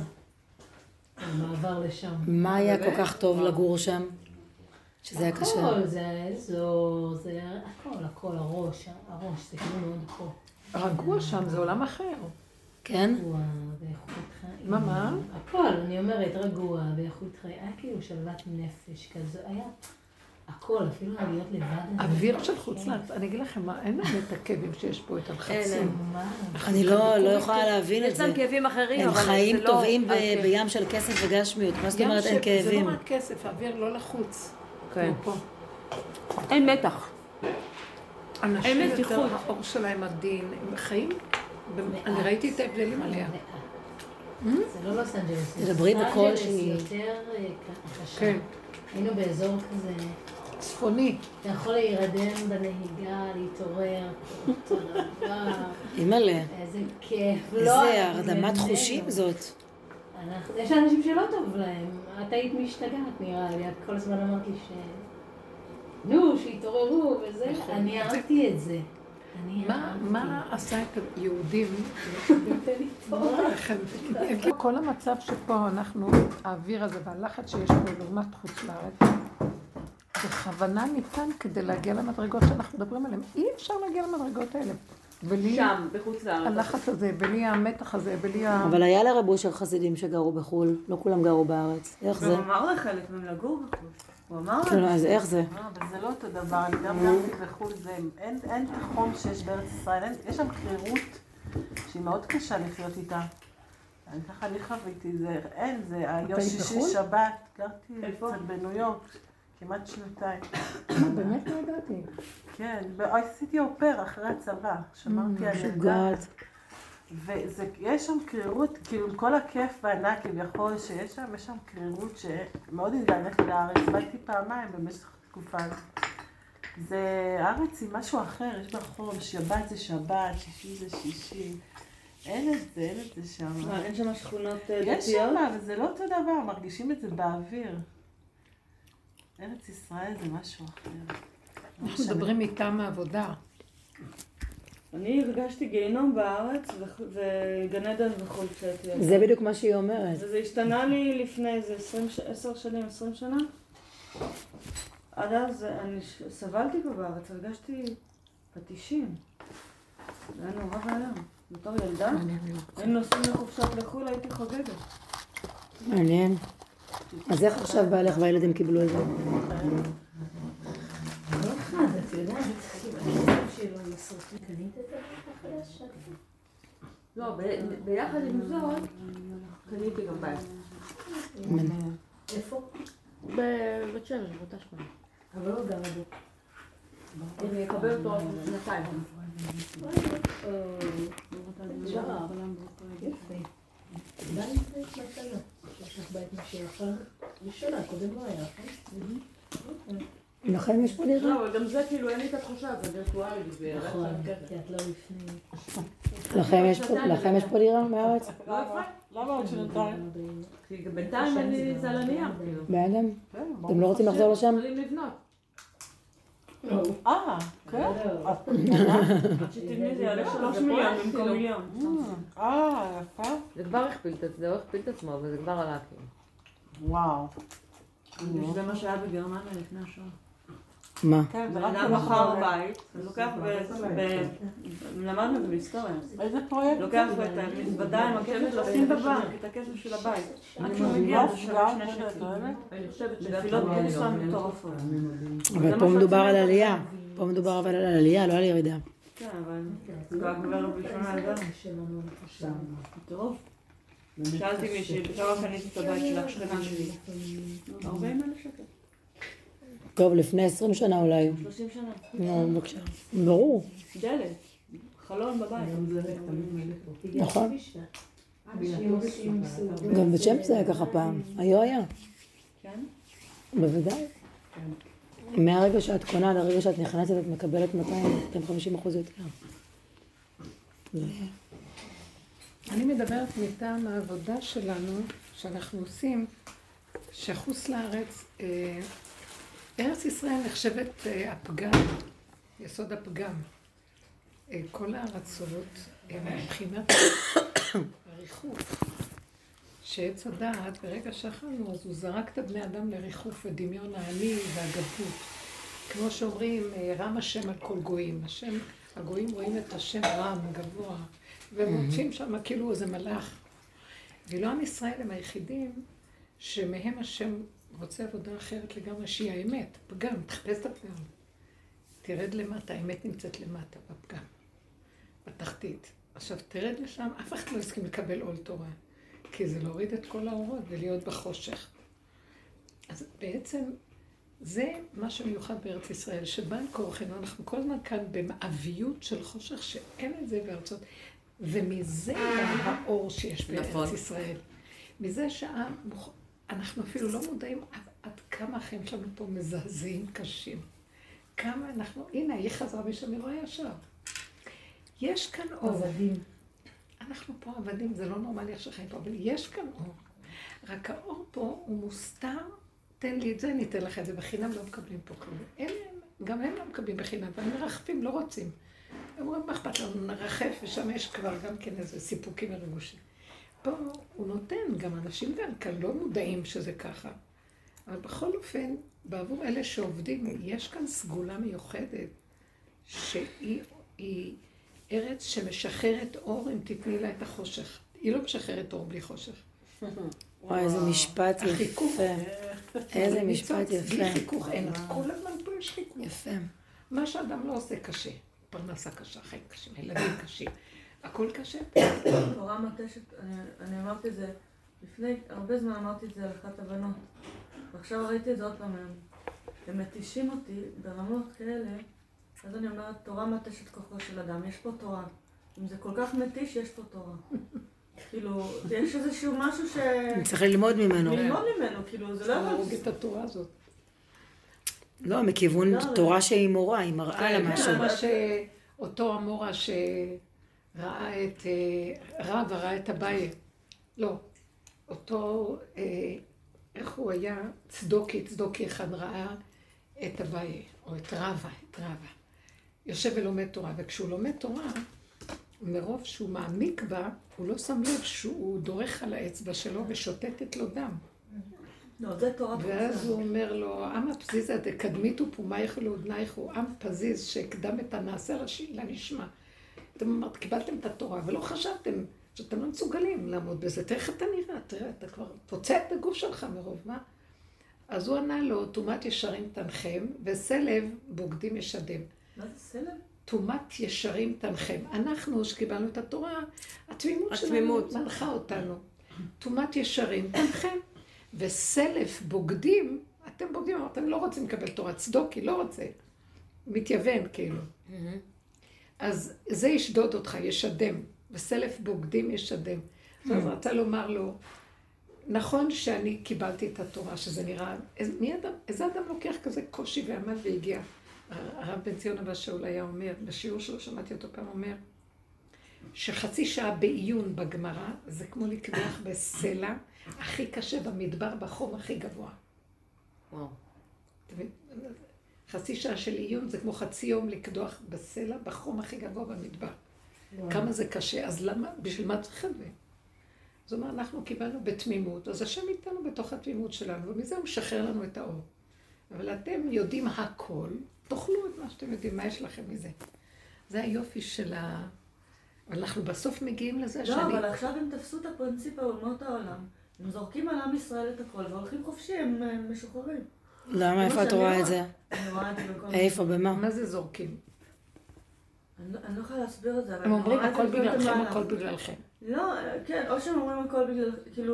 מהמעבר לשם. מה היה כל כך טוב לגור שם? שזה היה קשה. הכל, זה האזור, זה הכל, הכל, הראש, הראש, זה כאילו מאוד פה. רגוע שם, זה עולם אחר. כן? רגוע, באיכות חיים. מה, מה? הכל, אני אומרת, רגוע, באיכות חיים. היה כאילו שלוות נפש כזו, היה הכל, אפילו להיות לבד. אוויר של חוץ לארץ, אני אגיד לכם מה, אין לנו את הכאבים שיש פה, את הלחצים. אני לא יכולה להבין את יש זה. להם כאבים אחרים, הם אבל זה לא... חיים טובים ב- הכאב. בים של כסף וגשמיות. מה זאת אומרת אין זה כאבים? לא רק כסף, האוויר לא לחוץ. כן. פה. אין מתח. אנשים אין יותר, מתיחות. האור שלהם עדין, הם חיים, אני ראיתי את ההבדלים עליה. זה לא לוס אנג'לס. תדברי בקול לוס שהיא- אנג'לס יותר אה, קשה. כן. היינו באזור כזה, צפוני. אתה יכול להירדם בנהיגה, להתעורר, אותו דבר, אימא'לה. איזה כיף. איזה לא, הרדמת באמת. חושים זאת. אנחנו- יש אנשים שלא טוב להם. את היית משתגעת נראה לי, את כל הזמן אמרת לי ש... נו, שהתעוררו וזה. אני אהבתי את זה. אני מה- אהבתי. מה עשה את היהודים? כל המצב שפה אנחנו, האוויר הזה והלחץ שיש פה לעומת חוץ לארץ, בכוונה ניתן כדי להגיע למדרגות שאנחנו מדברים עליהן. אי אפשר להגיע למדרגות האלה. בלי שם, בחוץ לארץ. הלחץ הזה, בלי המתח הזה, בלי ה... אבל היה לרב אושר חסידים שגרו בחו"ל, לא כולם גרו בארץ. איך זה? הוא אמר לחלק מהם לגור בחוץ. הוא אמר כאילו, אז איך זה? אה, אבל זה לא אותו דבר, אני גם גרתי בחו"ל, זה, אין, אין את החום שיש בארץ ישראל, אין, יש שם קרירות שהיא מאוד קשה לחיות איתה. אני ככה, אני חוויתי, זה, אין, זה היום היית שישי בחו"ל? שבת, גרתי קצת בניו יורק, כמעט שנתיים. באמת לא ידעתי. כן, עשיתי אופרה אחרי הצבא, שמרתי על ילדה. משוגעת. ויש שם קרירות, כאילו עם כל הכיף והענק כביכול שיש שם, יש שם קרירות שמאוד התגעגעתי לארץ, באתי פעמיים במשך תקופה. זה, הארץ היא משהו אחר, יש בה חום, שבת זה שבת, שישי זה שישי. אין את זה, אין את זה שם. מה, אין שם שכונות דתיות? יש שם, אבל זה לא אותו דבר, מרגישים את זה באוויר. ארץ ישראל זה משהו אחר. אנחנו מדברים מטעם העבודה. אני הרגשתי גיהנום בארץ ו- וגן עדן וחול כשהייתי. זה בדיוק מה שהיא אומרת. וזה השתנה לי לפני איזה עשרים, עשר שנים, עשרים שנה. עד אז אני ש- סבלתי פה בארץ, הרגשתי פטישים. זה היה נורא ואיום. בתור ילדה, היינו נוסעים לחופשות לחו"ל, הייתי חוגגת. מעניין. אז איך עכשיו בעלך והילדים קיבלו את זה? לא אחד, את יודעת, המצב שלו מסרטי, קנית את זה החדש? לא, ב- ביחד עם זאת, קניתי גם בית. איפה? בבת שבע, באותה שכונה. אבל לא גר בו. אני אקבל אותו עוד שנתיים. יפה. בית זה מתנה. יש לך בית משלך. ראשונה, קודם לא היה, נכון? לכם יש פה דירה? לא, אבל גם זה כאילו אין לי את התחושה, זה וירטואלי. נכון, כי את לא לפני. לכם יש פה- לכם יש פה דירה בארץ? למה עוד שנתיים? כי בינתיים אין לי זה על הנייר, כאילו. באדם? אתם לא רוצים לחזור לשם? יכולים לבנות. אה, כן? שתבני זה יעלה שלוש מיליון במקום מיליון. אה, יפה. זה כבר הכפיל את זה, הוא הכפיל את עצמו, וזה כבר עלה כאילו. וואו. זה מה שהיה בגרמניה לפני השואה. מה? כן, זה בן רק אדם בחר מכר בית, אז לוקח ב... למדנו את זה בהיסטוריה. איזה פרויקט? לוקח את המזוודה עם הכסף לשים בבנק, את הכסף של הבית. עד שהוא מגיע, זה שווה שני שקלים. נפילות גיל שלנו מטורפות. אבל פה מדובר על עלייה. פה מדובר אבל על עלייה, לא על ירידה. כן, אבל... הגבר ראשונה על זה. מטורף. שאלתי מישהי, בכמה קניתי את הבית שלך, שכנה שלי. ארבעים אלף שקל. טוב, לפני עשרים שנה אולי. שלושים שנה. נו, בבקשה. ברור. דלת. חלון בבית. נכון. גם בית שמש זה היה ככה פעם. היו היה. כן? בוודאי. מהרגע שאת קונה לרגע שאת נכנסת את מקבלת מאתיים וחמישים אחוז יותר. אני מדברת מטעם העבודה שלנו, שאנחנו עושים, שחוץ לארץ, אה, ארץ ישראל נחשבת אה, הפגם, יסוד הפגם. אה, כל הארצות הם מבחינת הריחוף, שעץ הדעת, ברגע שאכלנו, אז הוא זרק את הבני אדם לריחוף ודמיון העני והגדלות. כמו שאומרים, רם השם על כל גויים. השם, הגויים רואים את השם רם, גבוה, ומוצאים שם כאילו איזה מלאך. ולא עם ישראל הם היחידים שמהם השם רוצה עבודה אחרת לגמרי, שהיא האמת. פגם, תחפש את הפגם. תרד למטה, האמת נמצאת למטה, בפגם, בתחתית. עכשיו תרד לשם, אף אחד לא הסכים לקבל עול תורה. כי זה להוריד את כל האורות ולהיות בחושך. אז בעצם זה מה שמיוחד בארץ ישראל, שבן כורחנו, אנחנו כל הזמן כאן במאביות של חושך שאין את זה בארצות, ומזה גם האור שיש בארץ נכון. ישראל. מזה שאנחנו אפילו לא מודעים עד, עד כמה החיים שלנו פה מזעזעים קשים. כמה אנחנו, הנה, היא חזרה משם, היא רואה ישר. יש כאן אור. עבדים. אנחנו פה עבדים, זה לא נורמלי איך שחיים פה, אבל יש כאן אור. רק האור פה הוא מוסתר, תן לי את זה, אני אתן לך את זה, בחינם לא מקבלים פה כלום. הם, גם הם לא מקבלים בחינם, והם מרחפים, לא רוצים. הם אומרים, מה אכפת לנו, נרחף, ושם יש כבר גם כן איזה סיפוקים ורגושים. פה הוא נותן, גם אנשים גם כאן לא מודעים שזה ככה. אבל בכל אופן, בעבור אלה שעובדים, יש כאן סגולה מיוחדת, שהיא... היא, ארץ שמשחררת אור אם תתני לה את החושך. היא לא משחררת אור בלי חושך. וואי, איזה משפט יפה. איזה משפט יפה. בלי חיכוך אין. אז כל הזמן פה יש חיכוך. יפה. מה שאדם לא עושה קשה. פרנסה קשה, חיים קשים, ילדים קשים. הכל קשה. תורה מטשת, אני אמרתי את זה, לפני הרבה זמן אמרתי את זה על אחת הבנות. ועכשיו ראיתי את זה עוד פעם היום. הם מתישים אותי ברמות כאלה, אז אני אומרת, תורה מטשת כוחו של אדם, יש פה תורה. אם זה כל כך מתיש, יש פה תורה. כאילו, יש איזשהו משהו ש... צריך ללמוד ממנו. ללמוד ממנו, כאילו, זה לא יכול... להרוג את התורה הזאת. לא, מכיוון תורה שהיא מורה, היא מראה לה משהו. מה שאותו המורה שראה את... רב ראה את אביי. לא, אותו... איך הוא היה? צדוקי, צדוקי אחד ראה את אביי, או את רבה, את רבה. יושב ולומד תורה, וכשהוא לומד תורה, מרוב שהוא מעמיק בה, הוא לא שם לב שהוא דורך על האצבע שלו ושותתת לו דם. לא, זה תורה. ואז הוא אומר לו, עם הפזיזה דקדמיתו פומייך ולעודנייכו, עם פזיז שהקדם את הנעשה לנשמע. אתם אמרת, קיבלתם את התורה, ולא חשבתם שאתם לא מסוגלים לעמוד בזה. תראה איך אתה נראה, תראה, אתה כבר פוצע את הגוף שלך מרוב, מה? אז הוא ענה לו, תומת ישרים תנחם, וסלב בוגדים ישדם. מה זה סלב? תומת ישרים תנחם. אנחנו, שקיבלנו את התורה, התמימות שלנו מנחה אותנו. תומת ישרים תנחם, וסלף בוגדים, אתם בוגדים, אתם לא רוצים לקבל תורה, צדוקי, לא רוצה. מתייוון, כאילו. אז זה ישדוד אותך, ישדם, וסלף בוגדים ישדם. אז רצה לומר לו, נכון שאני קיבלתי את התורה, שזה נראה, מי אדם, איזה אדם לוקח כזה קושי ועמד והגיע? הרב בן ציון אבא שאול היה אומר, בשיעור שלו שמעתי אותו פעם אומר, שחצי שעה בעיון בגמרא, זה כמו לקדוח בסלע הכי קשה במדבר, בחום הכי גבוה. וואו. חצי שעה של עיון זה כמו חצי יום לקדוח בסלע, בחום הכי גבוה במדבר. וואו. כמה זה קשה, אז למה, בשביל מה צריך את זה? זאת אומרת, אנחנו קיבלנו בתמימות, אז השם איתנו בתוך התמימות שלנו, ומזה הוא משחרר לנו את האור. אבל אתם יודעים הכל, תאכלו את מה שאתם יודעים, מה יש לכם מזה. זה היופי של ה... אנחנו בסוף מגיעים לזה לא, שאני... אבל עכשיו הם תפסו את הפרינציפ האומות העולם. הם זורקים על עם ישראל את הכל והולכים חופשי, הם הם משוחררים. למה? איפה את רואה את זה? אני רואה את זה בכל... איפה? במה? מה זה זורקים? אני לא- אני לא יכולה להסביר את זה, אבל הם אני אומרים רואה את זה הכל בכל בגללכם, העולם. הכל בגללכם. לא, כן, או שהם אומרים הכל בגלל, כאילו...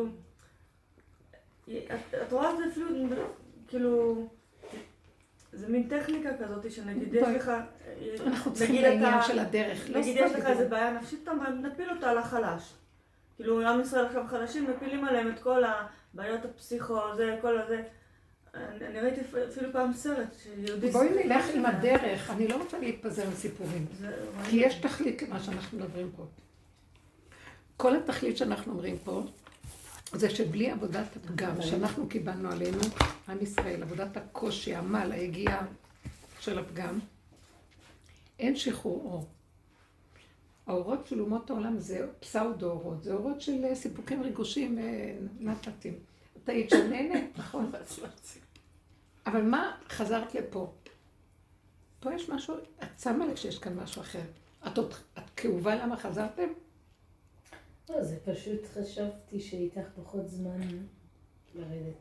את את רואה את זה אפילו, כאילו... זה מין טכניקה כזאת שנגיד יש לך... אנחנו צריכים נגיד לעניין אתה- של הדרך. לא נגיד סתם יש לך בגלל. איזה בעיה נפשית, אתה נפיל אותה על החלש. כאילו, עם ישראל עכשיו חלשים, מפילים עליהם את כל הבעיות הפסיכו, זה, כל הזה. אני, אני ראיתי אפילו פעם סרט שיהודי... בואי נלך עם הדרך, אני לא רוצה להתפזר עם סיפורים. זה- כי יש תכלית למה שאנחנו מדברים פה. כל התכלית שאנחנו אומרים פה, זה שבלי עבודת הפגם שאנחנו קיבלנו עלינו, עם ישראל, עבודת הקושי, העמל, היגיעה של הפגם, אין שחרור אור. האורות של אומות העולם זה פסאודו אורות, זה אורות של סיפוקים ריגושים נתתים. אתה היית שננת, נכון? אבל מה חזרת לפה? פה יש משהו, את שמה לב שיש כאן משהו אחר. את עוד, את כאובה למה חזרתם? לא, זה פשוט חשבתי שייקח פחות זמן לרדת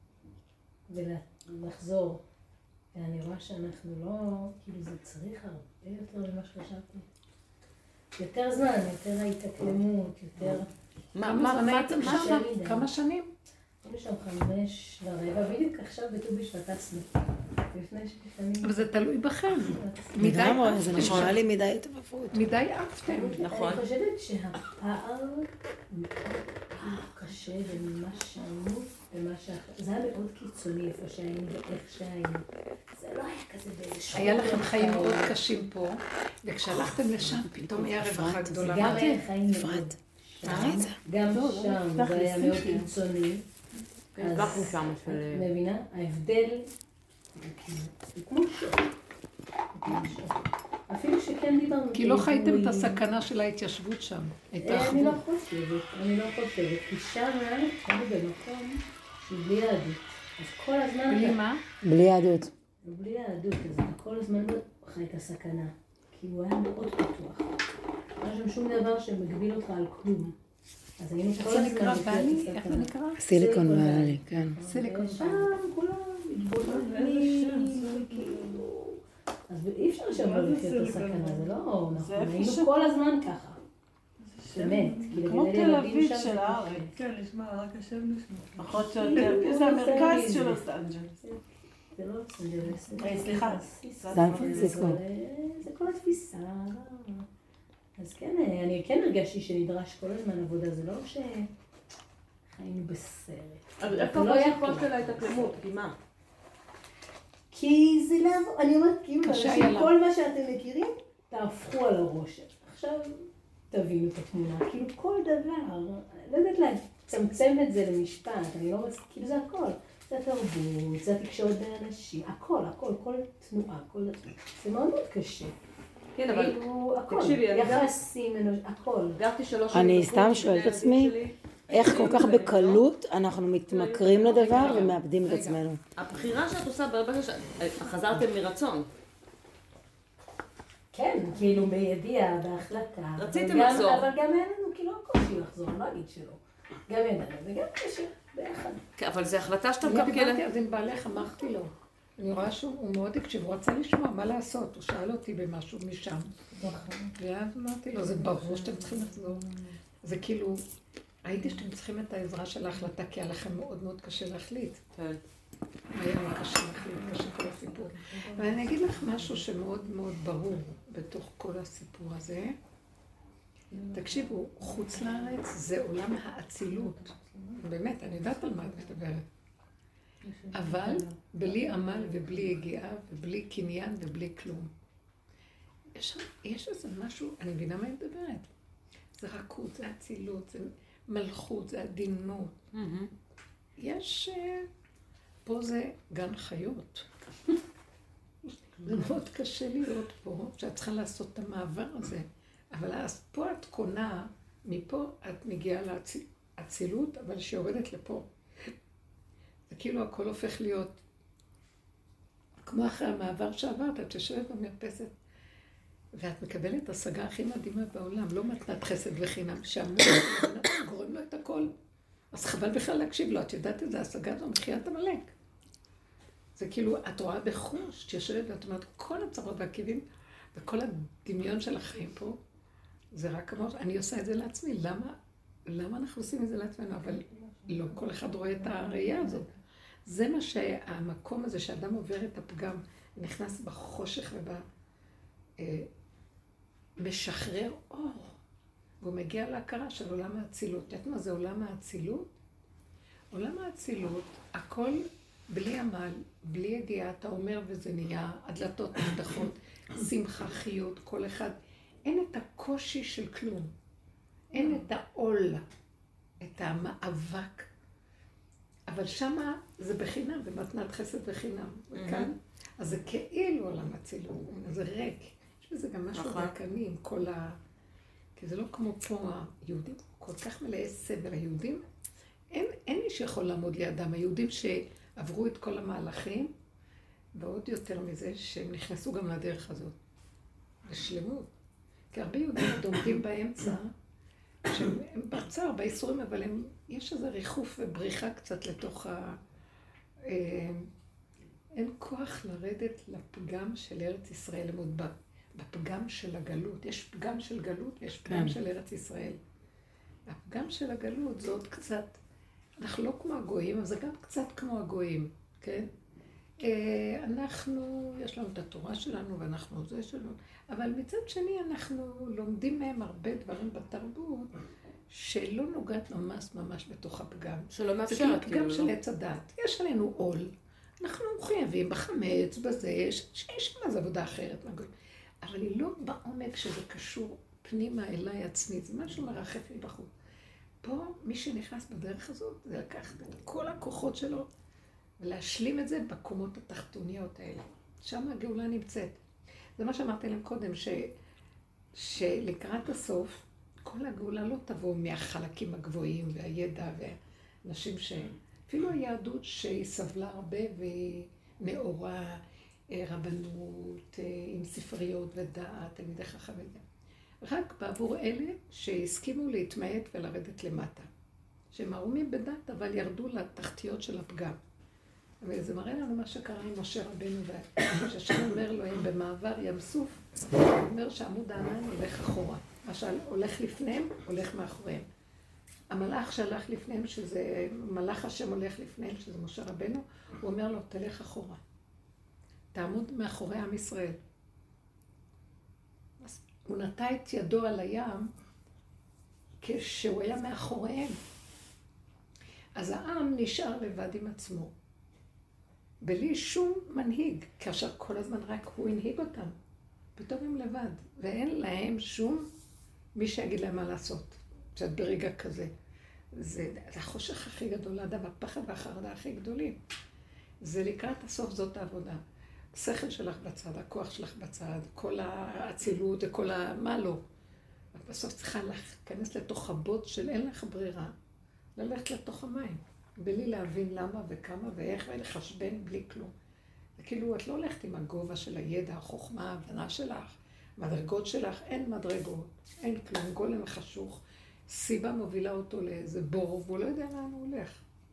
ולחזור. ואני רואה שאנחנו לא, כאילו זה צריך הרבה יותר ממה שחשבתי. יותר זמן, יותר ההתאקלמות, יותר... מה, מה, מה הייתם קשה שם? מדי. כמה שנים? היינו שם חמש ורבע, בדיוק עכשיו בט"ו בשבט טסנו. לפני שש שנים. אבל זה תלוי בכם. לגמרי, זה עפתם. נשמע לי מדי התעופפות. מדי עפתם. נכון. אני חושבת שהפער מאוד קשה בין מה שהיינו ומה שאחר. זה היה מאוד קיצוני איפה שהיינו ואיך שהיינו. זה לא היה כזה באיזה שחור. היה לכם חיים מאוד קשים פה, וכשהלכתם לשם פתאום היה רווחה גדולה. גם היה חיים מאוד. אפרת, תראי את זה. גם שם זה היה מאוד קיצוני. הלכנו שם של... את מבינה? ההבדל זה כמו שוק. אפילו שכן דיברנו... כי לא חייתם את הסכנה של ההתיישבות שם, את אני לא האחדות. חושבת, אני לא חושבת, כי שם היינו במקום שבלי יהדות. אז כל הזמן... בלי אתה- מה? בלי יהדות. בלי יהדות, אז אתה כל הזמן חי את הסכנה. כי הוא היה מאוד פתוח. לא היה שם שום דבר שמגביל אותך על כלום. אז היינו איך כל זה הזמן נקרא? לפני ואלי? הסכנה. איך זה נקרא? סיליקון ואלי, כן. סיליקון שם כולם מתבוננים, כאילו... אז אי אפשר שם לא לחיות את הסכנה, זה לא נכון, היינו כל הזמן ככה. באמת, כאילו כמו לגדל תל ילדים אביב שם של זה הארץ. קשה. כן, נשמע, רק השם נשמע. פחות או יותר. זה המרכז של לוס אנג'לס. זה לא לוס אנג'לס. אה, סליחה. סן פרנסיסקו. זה כל התפיסה. אז כן, אני כן הרגשתי שנדרש כל הזמן עבודה, זה לא שחיינו בסרט. אבל איפה לא היה הפרשת כלום. של ההתאקלמות? כי מה? כי זה לעבוד, אני אומרת, כאילו, קשה אנשים, היה לה. כל מה שאתם מכירים, תהפכו על הראש. עכשיו תבינו את התמונה, כאילו כל דבר, לא יודעת לצמצם את זה למשפט, אני לא רוצה, כאילו זה הכל. זה התרבות, זה התקשורת בין אנשים, הכל, הכל, כל תנועה, כל... זה מאוד מאוד קשה. כן, אבל כאילו, הכל, תקשיבי, אני גם- יחסים, אנוש- הכל. גרתי שלוש אני בחוץ, סתם שני שואלת את הילדים עצמי, שלי. איך כל כך בקלות אנחנו מתמכרים לדבר ומאבדים את עצמנו. הבחירה שאת עושה ברגע שחזרתם מרצון. כן, כאילו בידיעה, בהחלטה. רציתם אבל גם- לחזור. אבל גם אין לנו כאילו קושי לחזור, אני לא אגיד שלא. גם ידענו וגם קושי, ביחד. כן, אבל זו החלטה שאתה אני מקבל. דיברתי אז עם בעלך, אמרתי לו. אני רואה שהוא מאוד הקשיב, הוא רצה לשמוע מה לעשות, הוא שאל אותי במשהו משם. ואז אמרתי לו, זה ברור שאתם צריכים לחזור. זה כאילו, ראיתי שאתם צריכים את העזרה של ההחלטה, כי היה לכם מאוד מאוד קשה להחליט. כן. היה לי קשה להחליט, קשה כל הסיפור. ואני אגיד לך משהו שמאוד מאוד ברור בתוך כל הסיפור הזה. תקשיבו, חוץ לארץ זה עולם האצילות. באמת, אני יודעת על מה את מדברת. אבל בלי עמל ובלי יגיעה ובלי קניין ובלי כלום. יש, יש איזה משהו, אני מבינה מה אני מדברת. זה רכות, זה אצילות, זה מלכות, זה עדינות. יש... פה זה גן חיות. זה מאוד קשה להיות פה, שאת צריכה לעשות את המעבר הזה. אבל אז פה את קונה, מפה את מגיעה לאצילות, אבל שיורדת לפה. זה כאילו הכל הופך להיות כמו אחרי המעבר שעברת, את יושבת במרפסת, ואת מקבלת את השגה הכי מדהימה בעולם, לא מתנת חסד וחינם, שהמון גורם לו את הכל. אז חבל בכלל להקשיב לו, את יודעת את זה, השגה זו מחיית המלאק. זה כאילו, את רואה בחוש, שיושבת ואת אומרת, כל הצרות והכאבים, וכל הדמיון של החיים פה, זה רק כמו, אני עושה את זה לעצמי, למה, למה אנחנו עושים את זה לעצמנו? אבל לא כל אחד רואה את הראייה הזאת. זה מה שהמקום הזה, שאדם עובר את הפגם, נכנס בחושך ומשחרר אור, והוא מגיע להכרה של עולם האצילות. את יודעת מה זה עולם האצילות? עולם האצילות, הכל בלי עמל, בלי ידיעה, אתה אומר וזה נהיה, הדלתות נפתחות, שמחה, חיות, כל אחד. אין את הקושי של כלום, אין את העול, את המאבק. אבל שמה זה בחינם, במתנת חסד וחינם, וכאן, אז זה כאילו עולם אצילות, זה ריק. יש בזה גם משהו רקני עם כל ה... כי זה לא כמו פה, היהודים כל כך מלאי סבל, היהודים, אין, אין מי שיכול לעמוד לידם, היהודים שעברו את כל המהלכים, ועוד יותר מזה שהם נכנסו גם לדרך הזאת, לשלמות. כי הרבה יהודים עומדים באמצע, שהם בצער, בייסורים, אבל הם, יש איזה ריחוף ובריחה קצת לתוך ה... אין כוח לרדת לפגם של ארץ ישראל, למוד בפגם של הגלות. יש פגם של גלות ויש פגם של ארץ ישראל. הפגם של הגלות זה עוד קצת, אנחנו לא כמו הגויים, אבל זה גם קצת כמו הגויים, כן? אנחנו, יש לנו את התורה שלנו ואנחנו זה שלנו, אבל מצד שני אנחנו לומדים מהם הרבה דברים בתרבות שלא נוגעת ממש ממש בתוך הפגם. שלא מאפשרת, כאילו. זה פגם של עץ הדת. יש עלינו עול, אנחנו מחויבים בחמץ, בזה, יש שם אז עבודה אחרת. אבל היא לא בעומק שזה קשור פנימה אליי עצמית, זה משהו מרחף מבחוץ. פה מי שנכנס בדרך הזאת זה לקחת את כל הכוחות שלו ולהשלים את זה בקומות התחתוניות האלה. שם הגאולה נמצאת. זה מה שאמרתי להם קודם, ש... שלקראת הסוף, כל הגאולה לא תבוא מהחלקים הגבוהים והידע ואנשים ש... אפילו היהדות שהיא סבלה הרבה והיא נאורה, רבנות, עם ספריות ודעת, תלמידי חכמים. רק בעבור אלה שהסכימו להתמעט ולרדת למטה. שהם ערומים בדת, אבל ירדו לתחתיות של הפגם. וזה מראה לנו מה שקרה עם משה רבנו, ששם אומר לו, הם במעבר ים סוף, הוא אומר שעמוד הענן הולך אחורה. מה שהולך לפניהם, הולך מאחוריהם. המלאך שהלך לפניהם, שזה מלאך השם הולך לפניהם, שזה משה רבנו, הוא אומר לו, תלך אחורה. תעמוד מאחורי עם ישראל. אז הוא נטע את ידו על הים, כשהוא היה מאחוריהם. אז העם נשאר לבד עם עצמו. בלי שום מנהיג, כאשר כל הזמן רק הוא הנהיג אותם. פתאום הם לבד, ואין להם שום מי שיגיד להם מה לעשות. שאת ברגע כזה. זה, זה החושך הכי גדול לאדם, הפחד והחרדה הכי גדולים. זה לקראת הסוף זאת העבודה. השכל שלך בצד, הכוח שלך בצד, כל האצילות וכל ה... מה לא. בסוף צריכה להיכנס לתוך הבוט של אין לך ברירה, ללכת לתוך המים. בלי להבין למה וכמה ואיך ולחשבן בלי כלום. וכאילו את לא הולכת עם הגובה של הידע, החוכמה, ההבנה שלך, מדרגות שלך, אין מדרגות, אין כלום, גולם חשוך, סיבה מובילה אותו לאיזה בור, והוא לא יודע לאן הוא הולך.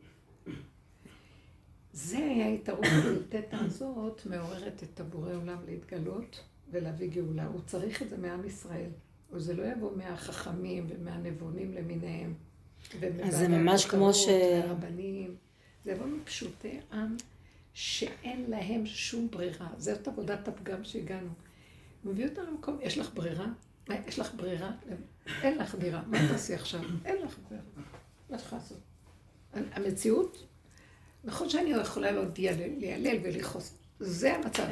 זה ההתערות הבלתת הזאת מעוררת את הבורא עולם להתגלות ולהביא גאולה. הוא צריך את זה מעם ישראל, וזה לא יבוא מהחכמים ומהנבונים למיניהם. אז זה ממש כמו ש... הרבנים, זה יבוא מפשוטי עם שאין להם שום ברירה. זאת עבודת הפגם שהגענו. מביא אותנו למקום, יש לך ברירה? יש לך ברירה? אין לך ברירה. מה תעשי עכשיו? אין לך ברירה. מה צריך לעשות? המציאות, נכון שאני יכולה עוד להיעלל ולחוס. זה המצב.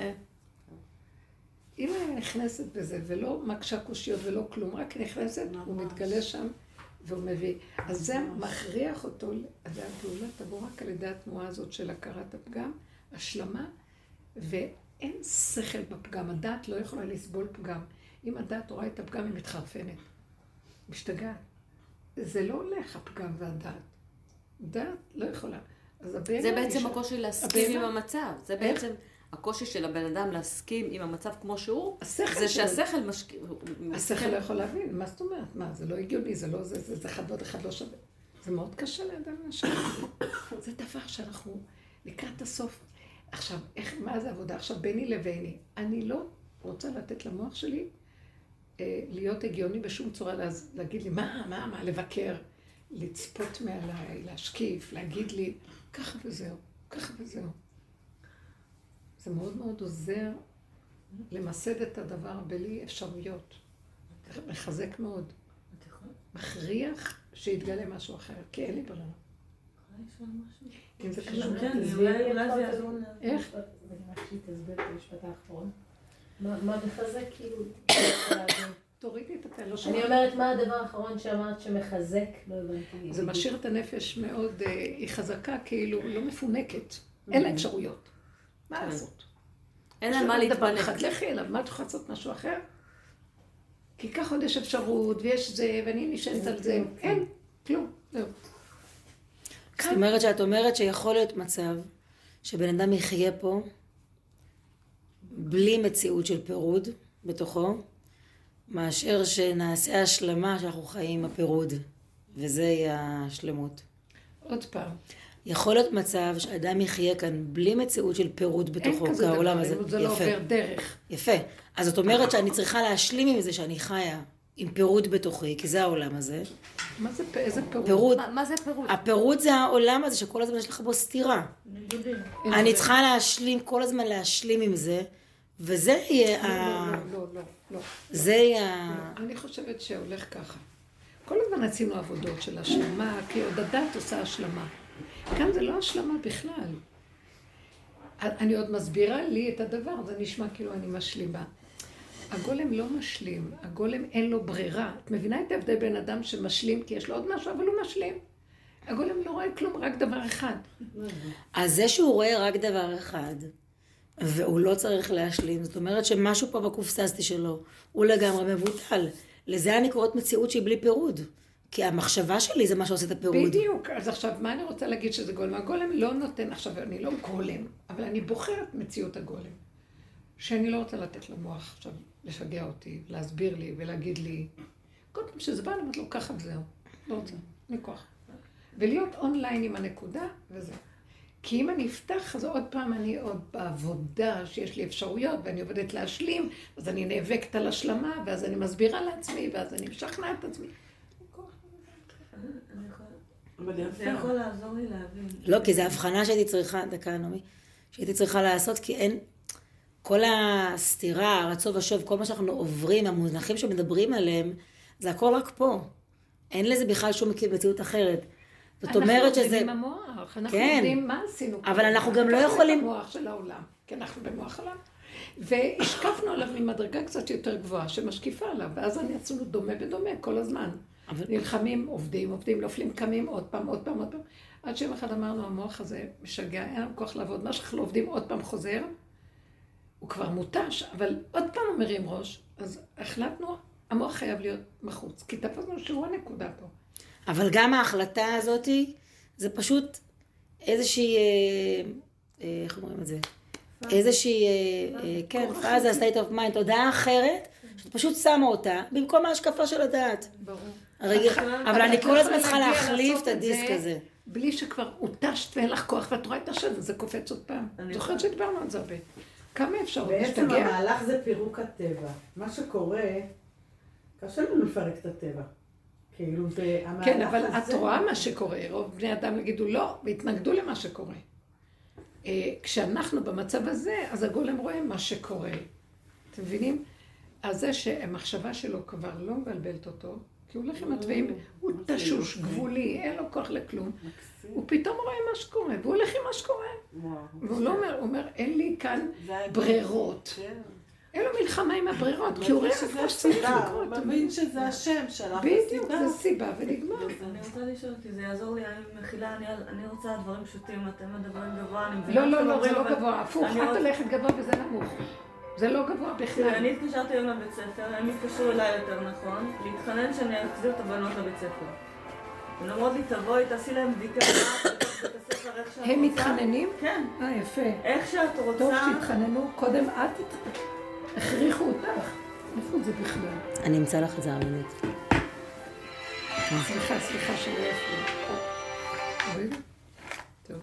אם אני נכנסת בזה ולא מקשה קושיות ולא כלום, רק נכנסת, הוא מתגלה שם והוא מביא. אז זה מכריח אותו, אז הגאולה תבוא רק על ידי התנועה הזאת של הכרת הפגם, השלמה, ואין שכל בפגם. הדעת לא יכולה לסבול פגם. אם הדעת רואה את הפגם, היא מתחרפנת. משתגעת. זה לא הולך, הפגם והדעת. דעת לא יכולה. זה בעצם הקושי להסכים עם המצב. זה בעצם הקושי של הבן אדם להסכים עם המצב כמו שהוא, השכל זה שלו. שהשכל משקיע... השכל לא יכול להבין, מה זאת אומרת? מה, זה לא הגיוני, זה לא זה, זה, זה אחד ועוד אחד לא שווה. זה מאוד קשה לאדם לשם. זה דבר שאנחנו לקראת הסוף. עכשיו, איך, מה זה עבודה? עכשיו, ביני לביני. אני לא רוצה לתת למוח שלי אה, להיות הגיוני בשום צורה, להז, להגיד לי, מה, מה, מה, לבקר, לצפות מעליי, להשקיף, להגיד לי, ככה וזהו, ככה וזהו. זה מאוד מאוד עוזר למסד את הדבר בלי אפשרויות. מחזק מאוד. מכריח שיתגלה משהו אחר, כי אין לי ברירה. אם זה קשור. כן, אולי זה יעזור. איך? אני רק שהיא תסביר את המשפט האחרון. מה מחזק כאילו? תורידי את הפה, לא שמעת. אני אומרת, מה הדבר האחרון שאמרת שמחזק? לא הבנתי. זה משאיר את הנפש מאוד, היא חזקה, כאילו לא מפונקת. אין לה אפשרויות. מה לעשות? אין על מה להתפנק. לכי אליו, מה את יכולה לעשות משהו אחר? כי ככה עוד יש אפשרות, ויש זה, ואני נשענת על זה. אין, כלום, זהו. זאת אומרת שאת אומרת שיכול להיות מצב שבן אדם יחיה פה בלי מציאות של פירוד בתוכו, מאשר שנעשה השלמה שאנחנו חיים עם הפירוד, וזה יהיה השלמות. עוד פעם. יכול להיות מצב שאדם יחיה כאן בלי מציאות של פירוד בתוכו, אין כזה כעולם דבר, הזה. זה לא עובר דרך. יפה. אז זאת אומרת שאני צריכה להשלים עם זה שאני חיה עם פירוד בתוכי, כי זה העולם הזה. מה זה, איזה פירוד? פירוד. מה, מה זה פירוד? הפירוד זה העולם הזה שכל הזמן יש לך בו סתירה. אני צריכה להשלים, כל הזמן להשלים עם זה, וזה יהיה ה... לא, לא, לא, לא. זה יהיה... אני חושבת שהולך ככה. כל הזמן עשינו עבודות של השלמה, כי עוד הדת עושה השלמה. כאן זה לא השלמה בכלל. אני עוד מסבירה לי את הדבר, זה נשמע כאילו אני משלימה. הגולם לא משלים, הגולם אין לו ברירה. את מבינה את ההבדל בין אדם שמשלים, כי יש לו עוד משהו, אבל הוא משלים. הגולם לא רואה כלום, רק דבר אחד. אז זה שהוא רואה רק דבר אחד, והוא לא צריך להשלים, זאת אומרת שמשהו פה בקופססתי שלו, הוא לגמרי מבוטל. לזה אני קוראת מציאות שהיא בלי פירוד. כי המחשבה שלי זה מה שעושה את הפירוד. בדיוק. אז עכשיו, מה אני רוצה להגיד שזה גולם? הגולם לא נותן, עכשיו, אני לא גולם, אבל אני בוחרת מציאות הגולם. שאני לא רוצה לתת למוח עכשיו לשגע אותי, להסביר לי ולהגיד לי, כל פעם שזה בא, אני אומרת לו, ככה וזהו. לא רוצה, אין כוח. ולהיות אונליין עם הנקודה, וזהו. כי אם אני אפתח, אז עוד פעם אני עוד בעבודה שיש לי אפשרויות, ואני עובדת להשלים, אז אני נאבקת על השלמה, ואז אני מסבירה לעצמי, ואז אני משכנעת את עצמי. זה יכול לעזור לי להבין. לא, כי זו הבחנה שהייתי צריכה, דקה נעמי, שהייתי צריכה לעשות, כי אין, כל הסתירה, הרצון ושוב, כל מה שאנחנו עוברים, המונחים שמדברים עליהם, זה הכל רק פה. אין לזה בכלל שום מציאות אחרת. זאת אומרת שזה... אנחנו עובדים עם המוח, אנחנו כן. עובדים מה עשינו. אבל אנחנו גם לא יכולים... לקחנו את המוח של העולם, כי אנחנו במוח העולם, והשקפנו עליו ממדרגה קצת יותר גבוהה, שמשקיפה עליו, ואז אני עשינו דומה בדומה כל הזמן. אבל... נלחמים, עובדים, עובדים, נופלים, קמים עוד פעם, עוד פעם, עוד פעם. עד שיום אחד אמרנו, המוח הזה משגע, אין לנו כוח לעבוד, מה שאנחנו לא עובדים עוד פעם חוזר, הוא כבר מוטש, אבל עוד פעם הוא מרים ראש, אז החלטנו, המוח חייב להיות מחוץ, כי תפסנו שהוא הנקודה פה. אבל גם ההחלטה הזאת, זה פשוט איזושהי, איך אומרים את זה? איזושהי, כן, פאזה, state of mind, תודעה אחרת, שאת פשוט שמה אותה, במקום ההשקפה של הדעת. ברור. אבל אני כל הזמן צריכה להחליף את הדיסק הזה. בלי שכבר הוטשת ואין לך כוח, ואת רואה את השד, זה קופץ עוד פעם. זוכרת שדיברנו על זה הרבה. כמה אפשר עוד להשתגע? בעצם המהלך זה פירוק הטבע. מה שקורה, קשה לנו לפרק את הטבע. כאילו זה המהלך הזה... כן, אבל את רואה מה שקורה. רוב בני אדם יגידו לא, והתנגדו למה שקורה. כשאנחנו במצב הזה, אז הגולם רואה מה שקורה. אתם מבינים? אז זה שהמחשבה שלו כבר לא מבלבלת אותו, כי הוא הולך עם הטבעים, הוא תשוש, גבולי, אין לו כוח לכלום. הוא פתאום רואה מה שקורה, והוא הולך עם מה שקורה. והוא לא אומר, הוא אומר, אין לי כאן ברירות. אין לו מלחמה עם הברירות, כי הוא רואה מה שצריך לקרות. הוא מבין שזה השם שלך. בדיוק, זה סיבה ונגמר. אני רוצה לשאול אותי, זה יעזור לי, אני מכילה, אני רוצה דברים פשוטים, אתם מדברים גבוה, אני לא, מבינה... לא, לא, זה לא גבוה, הפוך, את הולכת גבוה וזה נמוך. זה לא גבוה בכלל. אני התקשרתי היום לבית ספר, הם התקשרו אליי יותר נכון, להתחנן שאני אחזיר את הבנות לבית ספר. הן אומרות לי, תבואי, תעשי להם בדיקה, את הספר איך שאת רוצה. הם מתחננים? כן. אה, יפה. איך שאת רוצה. טוב שהתחננו, קודם את התחננו. הכריחו אותך. איפה זה בכלל? אני אמצא לך את זה הרבנית. סליחה, סליחה שאני אפילו. רגע. טוב.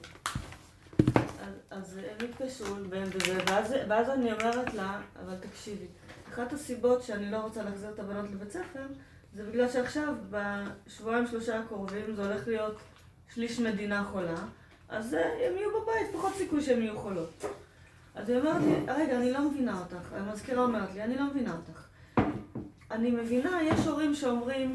אז הם התקשרו בהם בזה, ואז אני אומרת לה, אבל תקשיבי, אחת הסיבות שאני לא רוצה להחזיר את הבנות לבית ספר, זה בגלל שעכשיו, בשבועיים שלושה הקרובים, זה הולך להיות שליש מדינה חולה, אז הם יהיו בבית, פחות סיכוי שהם יהיו חולות. אז היא אומרת לי, רגע, אני לא מבינה אותך. המזכירה אומרת לי, אני לא מבינה אותך. אני מבינה, יש הורים שאומרים,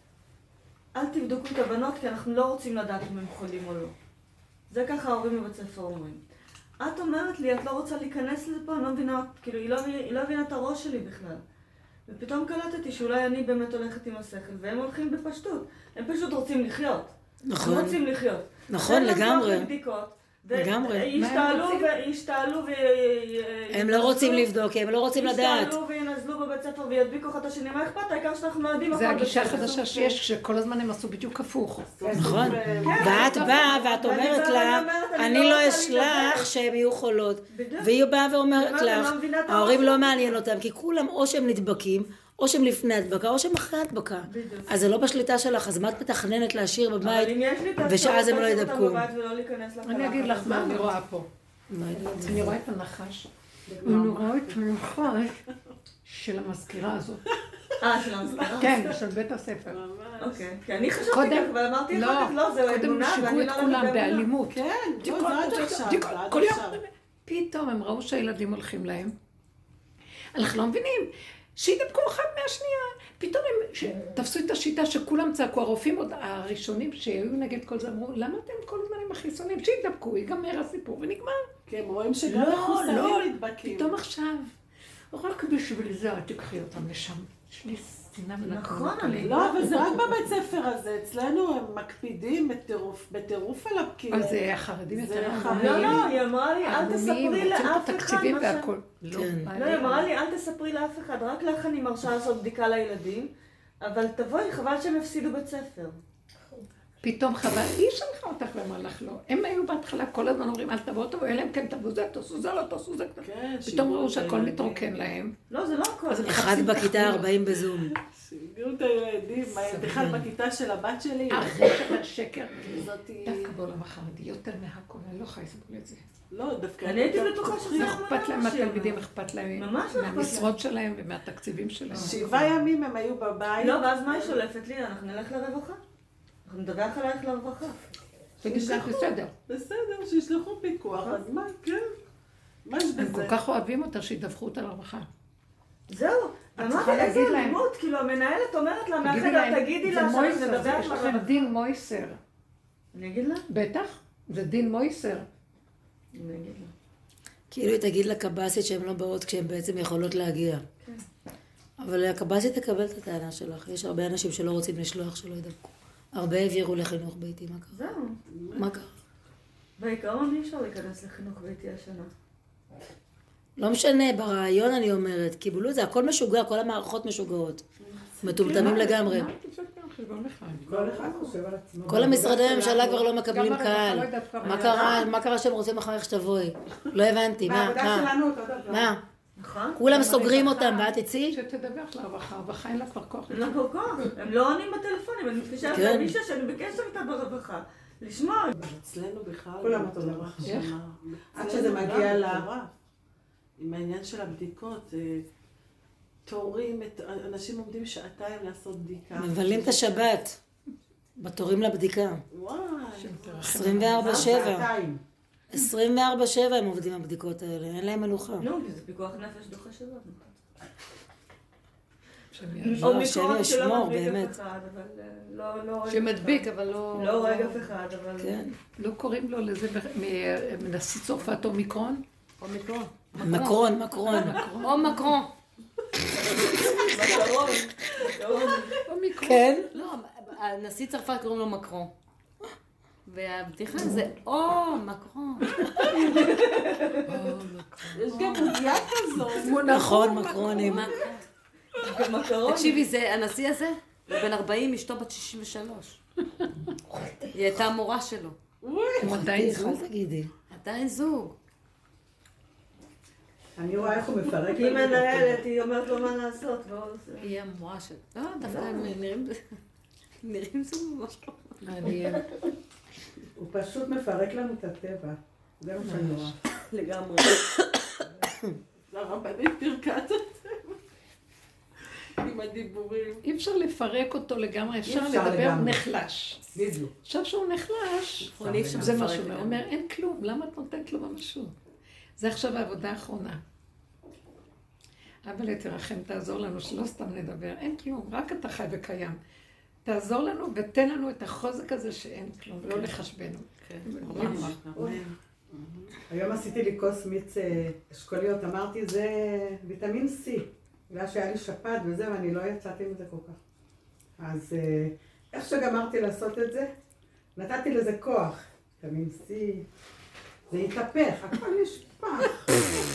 אל תבדקו את הבנות, כי אנחנו לא רוצים לדעת אם הם חולים או לא. זה ככה ההורים בבית ספר אומרים. את אומרת לי, את לא רוצה להיכנס לזה פה, אני לא מבינה, כאילו, היא לא, היא לא הבינה את הראש שלי בכלל. ופתאום קלטתי שאולי אני באמת הולכת עם השכל, והם הולכים בפשטות. הם פשוט רוצים לחיות. נכון. הם רוצים לחיות. נכון, לגמרי. לגמרי. ישתעלו ו... הם לא רוצים לבדוק, הם לא רוצים לדעת. ישתעלו וינזלו בבית ספר וידביקו אחד את השני, מה אכפת? העיקר שאנחנו לא יודעים. זה הגישה החדשה שיש, שכל הזמן הם עשו בדיוק הפוך. נכון. ואת באה ואת אומרת לה, אני לא אשלח שהם יהיו חולות. והיא באה ואומרת לך, ההורים לא מעניין אותם, כי כולם או שהם נדבקים, או שהם לפני הדבקה, או שהם אחרי הדבקה. אז זה לא בשליטה שלך, אז מה את מתכננת להשאיר בבית, ושאז הם לא ידבקו. אני אגיד לך מה אני רואה פה. אני רואה את הנחש. אני רואה את הנחש של המזכירה הזאת. אה, של המזכירה? כן, של בית הספר. אוקיי. כי אני חשבתי כך, אבל אמרתי לך, לא, זה אמונה, ואני לא יודעת כולם באלימות. כן, כל יום. פתאום הם ראו שהילדים הולכים להם. אנחנו לא מבינים. שידבקו אחד מהשנייה. פתאום הם תפסו את השיטה שכולם צעקו, הרופאים עוד הראשונים שהיו נגד כל זה, אמרו, למה אתם כל הזמן עם החיסונים? שידבקו, ייגמר הסיפור ונגמר. כי הם רואים שגם מחוסנים נדבקים. פתאום עכשיו, רק בשביל זה, תקחי אותם לשם. יש לי שנאה ולקרות עליהם. לא, אבל זה רק בבית ספר הזה. אצלנו הם מקפידים בטירוף על הפקיד. אז החרדים יותר עמומים. לא, לא, היא אמרה לי, אל תספרי לאף אחד. והכל. לא, היא אמרה לי, אל תספרי לאף אחד, רק לך אני מרשה לעשות בדיקה לילדים, אבל תבואי, חבל שהם הפסידו בית ספר. פתאום חבל, היא שלחה אותך ואמר לך לא. הם היו בהתחלה כל הזמן אומרים, אל תבואו, תבואו, אליהם כן תבואו, זה, תעשו זה, לא תעשו זה. פתאום ראו שהכל מתרוקן להם. לא, זה לא הכל. אחד בכיתה ארבעים בזום. שיגעו את הילדים, אחד בכיתה של הבת שלי. אחרי של שקר. דווקא בעולם החרדי, יותר מהכל, אני לא יכולה לסבול את זה. לא, דווקא... אני הייתי בטוחה שזה אכפת להם מהתלמידים, אכפת להם מהמשרות שלהם ומהתקציבים שלהם. שבעה ימים הם היו בבית. לא, ואז מה היא שולפת לי? אנחנו נלך לרווחה. אנחנו נדווח עלייך לרווחה. בסדר. בסדר, שישלחו פיקוח, אז מה, כן. מה יש בזה? הם כל כך אוהבים אותה שידווחו אותה לרווחה. זהו. אמרתי, איזה אלימות, כאילו המנהלת אומרת לה, מהחדר, תגידי לה שאנחנו נדווח לרווחה. יש לכם דין מויסר. אני אגיד לה? בטח, זה דין מויסר. אני אגיד לה. כאילו היא תגיד לקב"סית שהן לא באות כשהן בעצם יכולות להגיע. כן. אבל הקב"סית תקבל את הטענה שלך. יש הרבה אנשים שלא רוצים לשלוח שלא ידבקו. הרבה העבירו לחינוך ביתי, מה קרה? זהו. מה קרה? בעיקרון אי אפשר להיכנס לחינוך ביתי השנה. לא משנה, ברעיון אני אומרת, קיבלו את זה, הכל משוגע, כל המערכות משוגעות. מטומטמים לגמרי. כל המשרדי הממשלה כבר לא מקבלים קהל. מה קרה שהם רוצים אחריך שתבואי? לא הבנתי, מה? מה? נכון? כולם סוגרים אותם, ואת תצאי? שתדווח לרווחה, הרווחה אין לה כבר כוח. אין לה כבר כוח, הם לא עונים בטלפונים, אני מתקשרת למישהו שאני בקשר איתה ברווחה. לשמוע. אצלנו בכלל... כולם אותו דבר. עד שזה מגיע לרב. עם העניין של הבדיקות, תורים, אנשים עומדים שעתיים לעשות בדיקה. מבלים את השבת, בתורים לבדיקה. וואי. עשרים וארבע שבע. עשרים וארבע שבע הם עובדים הבדיקות האלה, אין להם מנוחה. נו, זה פיקוח נפש דוחה שבוע. או מיקרון שלא מדביק אף אחד, אבל לא... שמדביק, אבל לא... לא הורג אף אחד, אבל... כן. לא קוראים לו לזה מנשיא צרפת או מיקרון? או מיקרון. מקרון, מקרון. או מקרון. מקרון. או מיקרון. כן? לא, הנשיא צרפת קוראים לו מקרון. והבדיחה זה או מקרון. יש גם עוגיה כזאת. נכון, מקרונים. תקשיבי, זה הנשיא הזה, הוא בן ארבעים, אשתו בת שישים ושלוש. היא הייתה המורה שלו. הם עדיין אל זוג. תגידי. עדיין זוג. אני רואה איך הוא מפרק. היא מנהלת, היא אומרת לו מה לעשות, והוא עושה. היא אמורה ש... לא, דווקא הם נראים... נראים זה ממש לא. מעניין. הוא פשוט מפרק לנו את הטבע. זה מה שאני רואה. לגמרי. לרבנית פירקה את הטבע. עם הדיבורים. אי אפשר לפרק אותו לגמרי, אפשר אפשר לדבר, הוא לגמרי. נחלש. בדיוק. עכשיו שהוא נחלש, נכון, אי אפשר זה מה לפרק שהוא אומר, לגמרי. אומר, אין כלום, למה את נותנת לו ממשות? זה עכשיו העבודה האחרונה. אבל תרחם, תעזור לנו, שלא סתם נדבר, אין כלום, רק אתה חי וקיים. תעזור לנו ותן לנו את החוזק הזה שאין כלום, לא לחשבנו. ממש. היום עשיתי לי כוס מיץ אה, אשכוליות, אמרתי זה ויטמין C. בגלל שהיה לי שפעת וזה, ואני לא יצאתי מזה כל כך. אז אה, איך שגמרתי לעשות את זה, נתתי לזה כוח. ויטמין C, זה התהפך, הכל נשפך.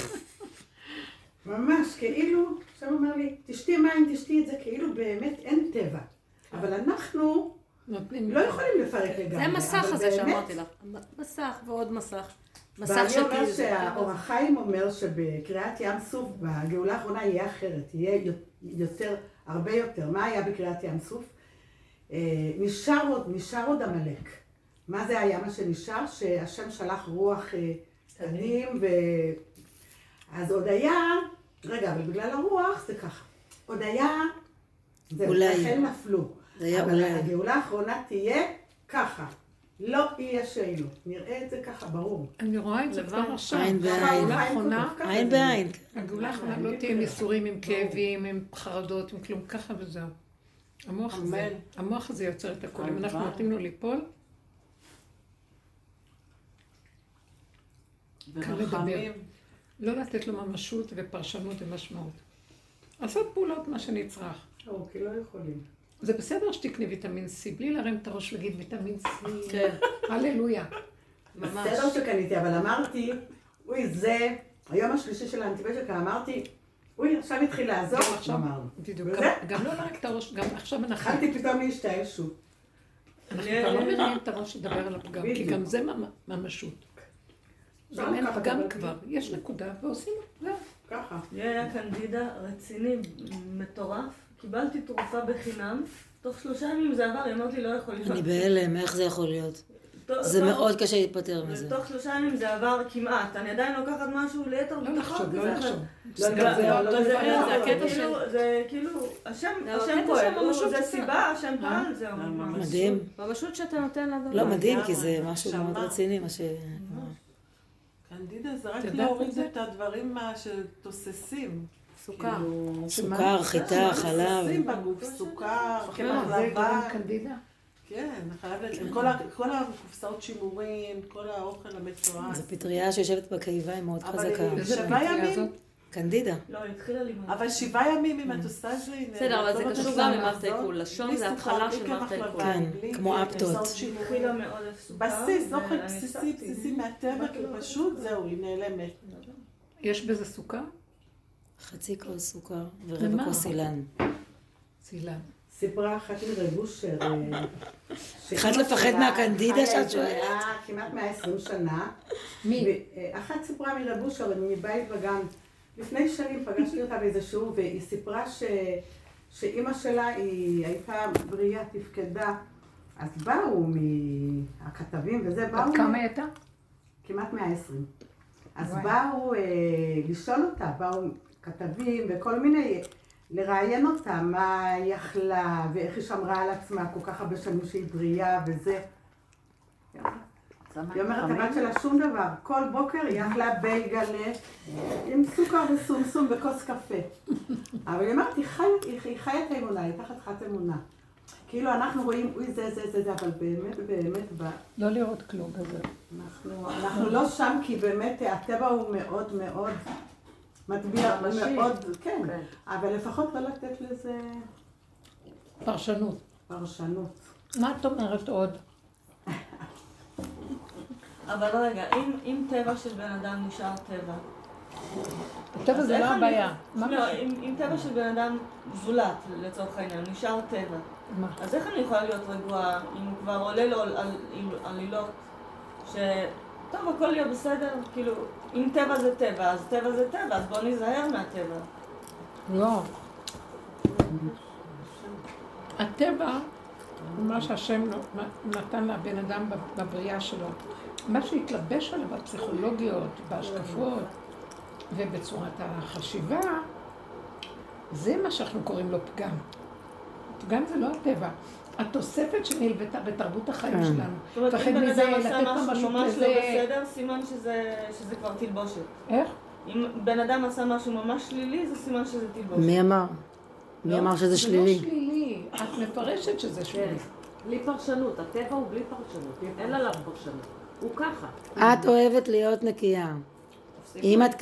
ממש, כאילו, עכשיו אומר לי, תשתי מים, תשתי את זה, כאילו באמת אין טבע. אבל אנחנו נותנים לא יכולים לפרק לגמרי. זה המסך אבל הזה באמת, שאמרתי לך. מסך ועוד מסך. מסך ואני של אומר כאילו. שהאור החיים אומר שבקריאת ים סוף, בגאולה האחרונה יהיה אחרת, יהיה יותר, הרבה יותר. מה היה בקריאת ים סוף? אה, נשאר עוד, נשאר עוד עמלק. מה זה היה מה שנשאר? שהשם שלח רוח אה, תנים ו... אז עוד היה, רגע, אבל בגלל הרוח זה ככה. עוד היה, זהו, אולי. לכן נפלו. זה היה אבל אולי. הגאולה האחרונה תהיה ככה. לא יהיה שאלות. נראה את זה ככה, ברור. אני רואה את זה כבר עכשיו. עין בעין. הגאולה האחרונה, עין בעין. הגאולה האחרונה לא תהיה עם ייסורים, עם כאבים, עם חרדות, עם כלום, ככה וזהו. המוח הזה, אמן. המוח הזה יוצר את הכל. אם הלוואי. אנחנו נותנים לו ליפול, ורחמים. לא לתת לו ממשות ופרשנות ומשמעות. לעשות פעולות מה שנצרך. אוקיי, לא יכולים. זה בסדר שתקני ויטמין C, בלי להרים את הראש ולהגיד ויטמין C. כן, הללויה. ממש. בסדר שקניתי, אבל אמרתי, אוי, זה, היום השלישי של האנטיביוטיקה, אמרתי, אוי, עכשיו התחיל לעזור, גם עכשיו, אמרנו. בדיוק, וזה? גם- גם לא להרים את הראש, גם עכשיו אנחנו התחלתי פתאום להשתעל שוב. אנחנו כבר לא מרימים את הראש לדבר על הפגם, כי בדיוק. גם זה ממ- ממשות. אפשר גם אין לקחת, פגם אבל- כבר, יש נקודה ועושים, זהו. ככה. לי היה קנדידה רציני, מטורף. קיבלתי תרופה בחינם. תוך שלושה ימים זה עבר, היא אמרת לי לא יכול להיות. אני בהלם, איך זה יכול להיות? זה מאוד קשה להתפטר מזה. תוך שלושה ימים זה עבר כמעט. אני עדיין לוקחת משהו ליתר לא ביטחון לחשוב, לא כזה, לחשוב. לא, אבל- גם זה לא- אבל לא זה לפעמים, כאילו- זה הקטע כאילו- זה כאילו, השם זה השם הקטע פועל, של הוא- ממשות זה שאתה- סיבה, השם פעל, זהו. ממש. מדהים. ממשות שאתה נותן לדבר. לא, מדהים, כי לגמרי. זה משהו מאוד שמע. רציני, מה ש... קנדידה זה רק את יודעת להוריד את זה? את הדברים מה שתוססים. סוכר. כאילו, סוכר, חיטה, חלב. תוססים בגוף, סוכר, כן, קמח זה לבן. גורם קנדידה. כן, חייב לת- כל ה- כל הקופסאות שימורים, כל האוכל המצורע. זו פטריה שיושבת בקיבה, היא מאוד אבל חזקה. היא- איזה שבעה פטריה ימים? הזאת? קנדידה. לא, היא התחילה לי מה. אבל שבעה ימים אם את עושה את זה, הנה, בסדר, אבל זה לא קשור נותנת גם לה למערכת לחזור, העיכול. לשון בלי זה סוכר, התחלה בלי של קמח מערכת העיכול. כן, בלי כמו קופסאות אפטות. שימורים. התחילה מאוד על סוכר. בסיס, אוכל ואני בסיסי, הפסקתי. בסיסי מהטבע, כי פשוט זהו, היא נעלמת. יש בזה סוכר? חצי כוס סוכר ומה? ורבע כוס אילן. צילן. סיפרה אחת מרבושר. אה, התחלת שאמא לפחד שלה מהקנדידה חיה שאת איזה שואלת? היה כמעט מאה ועשרים שנה. מי? אחת סיפרה מרבושר, מבית וגן. לפני שנים פגשתי אותה באיזה שיעור, והיא סיפרה ש... שאימא שלה היא הייתה בריאה, תפקדה. אז באו מהכתבים וזה, באו... עד כמה היא הייתה? כמעט מאה ועשרים. אז וואי. באו אה, לשאול אותה, באו כתבים וכל מיני, לראיין אותה, מה היא אכלה ואיך היא שמרה על עצמה כל כך הרבה שנים שהיא בריאה וזה. היא אומרת, הבת שלה שום דבר, כל בוקר היא אכלה בייגלה עם סוכר וסומסום וכוס קפה. אבל היא אומרת, היא חיה- היא חיה את האמונה, היא תחת חת אמונה. כאילו אנחנו רואים, אוי זה זה זה זה, אבל באמת באמת, ב- לא לראות כלום בזה. אנחנו, אנחנו לא שם כי באמת הטבע הוא מאוד מאוד מטביע, הוא ממשי. מאוד, כן, כן. אבל לפחות לא לתת לזה פרשנות. פרשנות. מה את אומרת עוד? אבל רגע, אם- אם טבע של בן אדם נשאר טבע. טבע אז זה איך לא אני- הבעיה. מה לא, אם אם טבע של בן אדם זולת, לצורך העניין, נשאר טבע. מה? אז איך אני יכולה להיות רגועה אם הוא כבר עולה לו על על עלילות שטוב, הכל יהיה בסדר, כאילו, אם טבע זה טבע, אז טבע זה טבע, אז בוא נזהר מהטבע. לא. הטבע הוא מה שהשם נתן לבן אדם בבריאה שלו. מה שהתלבש עליו בפסיכולוגיות, בהשקפות ובצורת החשיבה, זה מה שאנחנו קוראים לו פגם. פגם זה לא הטבע. התוספת שנלוותה בתרבות החיים שלנו. זאת אומרת, אם בן אדם עשה משהו ממש לא בסדר, סימן שזה כבר תלבושת. איך? אם בן אדם עשה משהו ממש שלילי, זה סימן שזה תלבושת. מי אמר? מי אמר שזה שלילי? זה לא שלילי, את מפרשת שזה שלילי. בלי פרשנות, הטבע הוא בלי פרשנות, אין עליו פרשנות, הוא ככה. את אוהבת להיות נקייה. אם את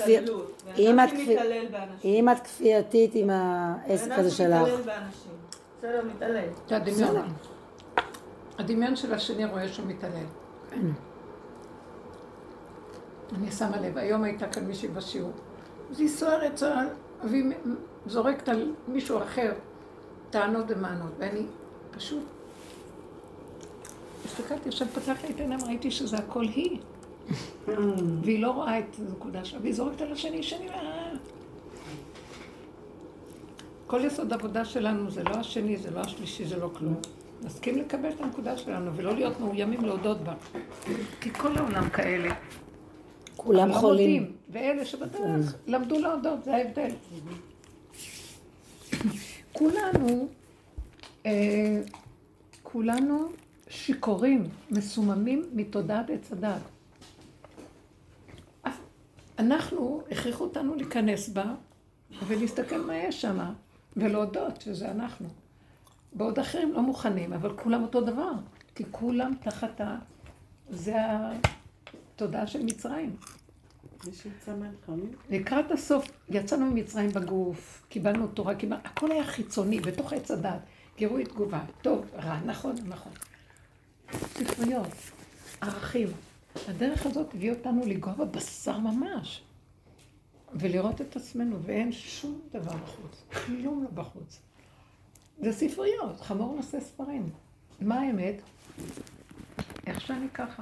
כפייתית עם העסק הזה שלך. מתעלל באנשים. בסדר, מתעלל. זה הדמיון. הדמיון של השני רואה שהוא מתעלל. אני שמה לב, היום הייתה כאן מישהי בשיעור. אז היא סוערת, סוערת, והיא זורקת על מישהו אחר טענות ומענות, ואני פשוט הסתכלתי, עכשיו פתח לי את העיניים, ראיתי שזה הכל היא. והיא לא רואה את הנקודה שלה, והיא זורקת על השני, שני, כל יסוד עבודה שלנו זה לא השני, זה לא השלישי, זה לא כלום. נסכים לקבל את הנקודה שלנו ולא להיות מאוימים להודות בה. כי כל העולם כאלה. כולם חולים. ואלה שבדרך למדו להודות, זה ההבדל. כולנו, כולנו שיכורים, מסוממים מתודעת עץ הדת. אנחנו, הכריחו אותנו להיכנס בה ולהסתכל מה יש שם, ולהודות שזה אנחנו. בעוד אחרים לא מוכנים, אבל כולם אותו דבר, כי כולם תחת ה... זה התודעה של מצרים. לקראת הסוף, יצאנו ממצרים בגוף, קיבלנו תורה, קיבלנו... הכל היה חיצוני, בתוך עץ הדת, גירוי תגובה, טוב, רע, נכון, נכון. ספריות, ערכים. הדרך הזאת הביא אותנו לגוע בבשר ממש, ולראות את עצמנו, ואין שום דבר בחוץ, כלום לא בחוץ. זה ספריות, חמור נושא ספרים. מה האמת? איך שאני ככה?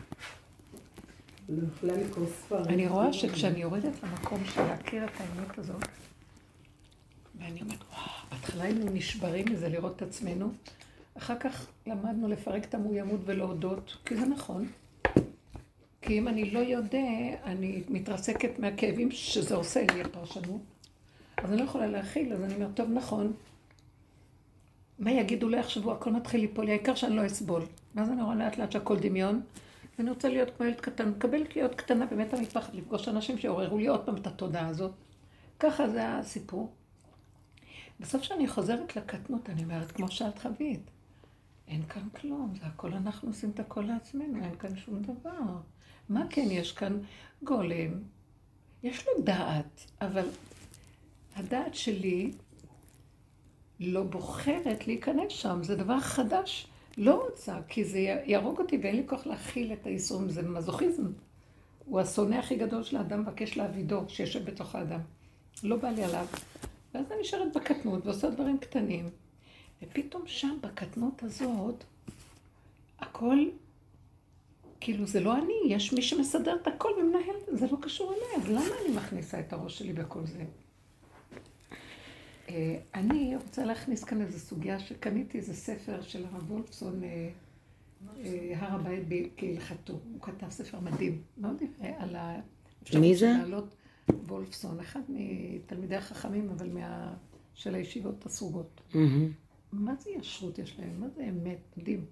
אני רואה שכשאני יורדת למקום של להכיר את האמת הזאת, ואני אומרת, וואו, בהתחלה היינו נשברים מזה לראות את עצמנו, אחר כך למדנו לפרק את המאוימות ולהודות, כי זה נכון. כי אם אני לא יודע, אני מתרסקת מהכאבים שזה עושה לי הפרשנות, אז אני לא יכולה להכיל, אז אני אומר, טוב, נכון, מה יגידו לי עכשיו, הכל מתחיל ליפול לי, העיקר שאני לא אסבול. ואז אני רואה לאט לאט שהכל דמיון, ואני רוצה להיות כמו ילד קטן, מקבלת להיות קטנה באמת המתפחת, לפגוש אנשים שעוררו לי עוד פעם את התודעה הזאת. ככה זה הסיפור. בסוף שאני חוזרת לקטנות, אני אומרת, כמו שאת חווית, אין כאן כלום, זה הכל אנחנו עושים את הכל לעצמנו, אין כאן שום דבר. מה כן יש כאן? גולם, יש לו דעת, אבל הדעת שלי לא בוחרת להיכנס שם, זה דבר חדש, לא רוצה, כי זה ירוג אותי ואין לי כוח להכיל את הייסורים, זה מזוכיזם. הוא השונא הכי גדול של האדם, מבקש להעבידו, שישב בתוך האדם. לא בא לי עליו. ואז אני נשארת בקטנות ועושה דברים קטנים. ופתאום שם, בקטנות הזאת, הכל, כאילו זה לא אני, יש מי שמסדר את הכל ומנהל, זה לא קשור אליי, אז למה אני מכניסה את הראש שלי בכל זה? אני רוצה להכניס כאן איזו סוגיה שקניתי איזה ספר של הרב וולפסון, הר הבית כהלכתו. הוא כתב ספר מדהים, מאוד יפה, על האפשרות של לעלות וולפסון, אחד מתלמידי החכמים, אבל של הישיבות הסרוגות. מה זה ישרות יש להם? מה זה אמת? מדהים.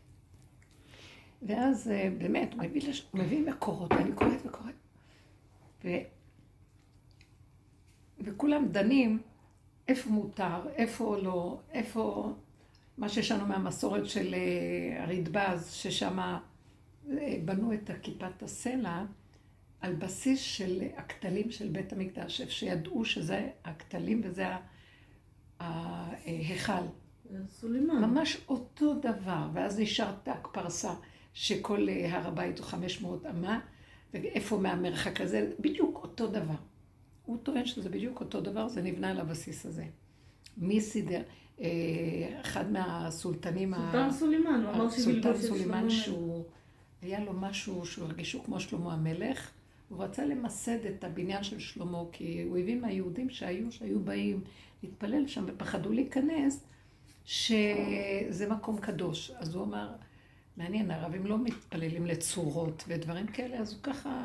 ואז באמת, הוא מביא מקורות, ואני קוראת וקוראת. וכולם דנים איפה מותר, איפה לא, איפה מה שיש לנו מהמסורת של הרדב"ז, ששם בנו את כיפת הסלע, על בסיס של הכתלים של בית המקדש, איפה שידעו שזה הכתלים וזה ההיכל. סולימן. ממש אותו דבר, ואז נשאר תק פרסה, שכל הר הבית הוא חמש מאות אמה, ואיפה מהמרחק הזה, בדיוק אותו דבר. הוא טוען שזה בדיוק אותו דבר, זה נבנה על הבסיס הזה. מי סידר? אחד מהסולטנים... סולטן סולימן, הוא אמר סולטן סולימן שהוא היה לו משהו שהוא הרגישו כמו שלמה המלך, הוא רצה למסד את הבניין של שלמה, כי הוא הבין מהיהודים שהיו, שהיו באים להתפלל שם ופחדו להיכנס, שזה מקום קדוש. אז הוא אמר, מעניין, הערבים לא מתפללים לצורות ודברים כאלה, אז הוא ככה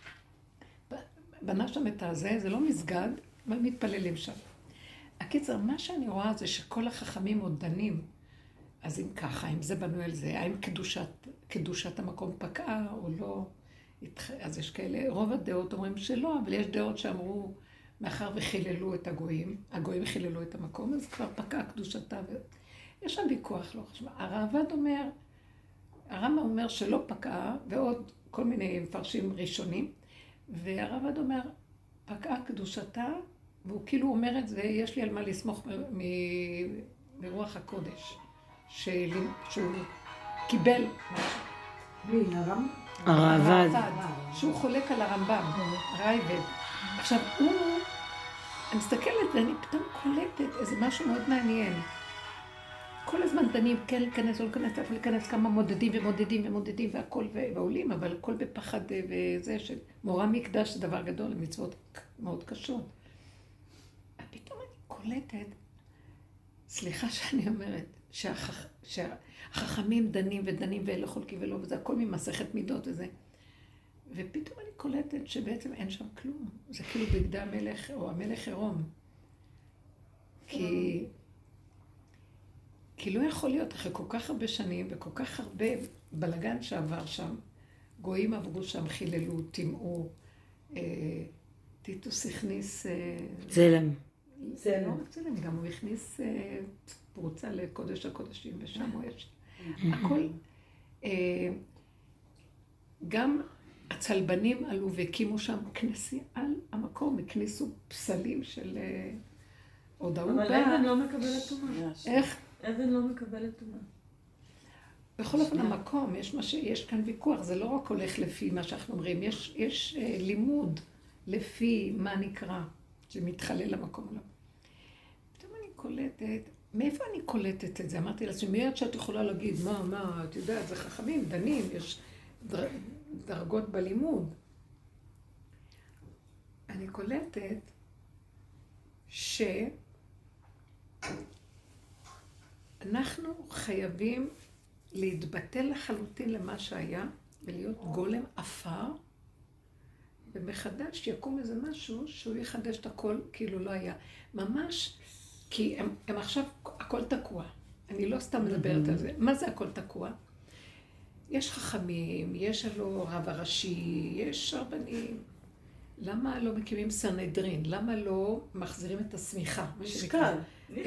בנה שם את הזה, זה לא מסגד, אבל מתפללים שם. הקיצר, מה שאני רואה זה שכל החכמים עוד דנים, אז אם ככה, אם זה בנו על זה, האם קדושת, קדושת המקום פקעה או לא, אז יש כאלה, רוב הדעות אומרים שלא, אבל יש דעות שאמרו, מאחר וחיללו את הגויים, הגויים חיללו את המקום, אז כבר פקעה קדושתה, ויש שם ויכוח, לא חשוב. הרעב"ד אומר, הרמב"ם אומר שלא פקעה, ועוד כל מיני מפרשים ראשונים, והרעב"ד אומר, פקעה קדושתה, והוא כאילו אומר את זה, יש לי על מה לסמוך מ... מרוח הקודש, של... שהוא קיבל משהו. מי, הרמב"ם? הרעב"ד. שהוא חולק על הרמב"ם, רייבד. עכשיו, הוא... אני מסתכלת ואני פתאום קולטת איזה משהו מאוד מעניין. כל הזמן דנים, כן להיכנס או להיכנס, איפה להיכנס, כמה מודדים ומודדים ומודדים והכל ועולים, אבל הכל בפחד וזה של מורה מקדש זה דבר גדול, מצוות מאוד קשות. פתאום אני קולטת, סליחה שאני אומרת, שהחכ... שהחכמים דנים ודנים ואלה חולקים ולא, וזה הכל ממסכת מידות וזה. ופתאום אני קולטת שבעצם אין שם כלום. זה כאילו בגדי המלך או המלך עירום. כי... כי לא יכול להיות אחרי כל כך הרבה שנים וכל כך הרבה בלגן שעבר שם, גויים עברו שם, חיללו, טימאו, אה, טיטוס הכניס... אה, צלם. זה לא רק צלם, גם הוא הכניס אה, פרוצה לקודש הקודשים, ושם הוא יש. הכל, אה, גם הצלבנים עלו והקימו שם כנסי על המקום, הכניסו פסלים של אה, הודעות. אבל אבן לא מקבלת טומאה. איך? אבן לא מקבלת טומאה. בכל אופן המקום, יש, ש... יש כאן ויכוח, זה לא רק הולך לפי מה שאנחנו אומרים, יש, יש אה, לימוד לפי מה נקרא, שמתחלל למקום לא. פתאום אני קולטת, מאיפה אני קולטת את זה? אמרתי לעצמי, מיד שאת יכולה להגיד, מה, מה, את יודעת, זה חכמים, דנים, יש דר... דרגות בלימוד. אני קולטת ש... אנחנו חייבים להתבטל לחלוטין למה שהיה ולהיות גולם אפר, ומחדש יקום איזה משהו שהוא יחדש את הכל כאילו לא היה. ממש, כי הם, הם עכשיו, הכל תקוע. אני לא סתם מדברת על זה. מה זה הכל תקוע? יש חכמים, יש הלא רב הראשי, יש רבנים. למה לא מקימים סנהדרין? למה לא מחזירים את הסמיכה? משקל.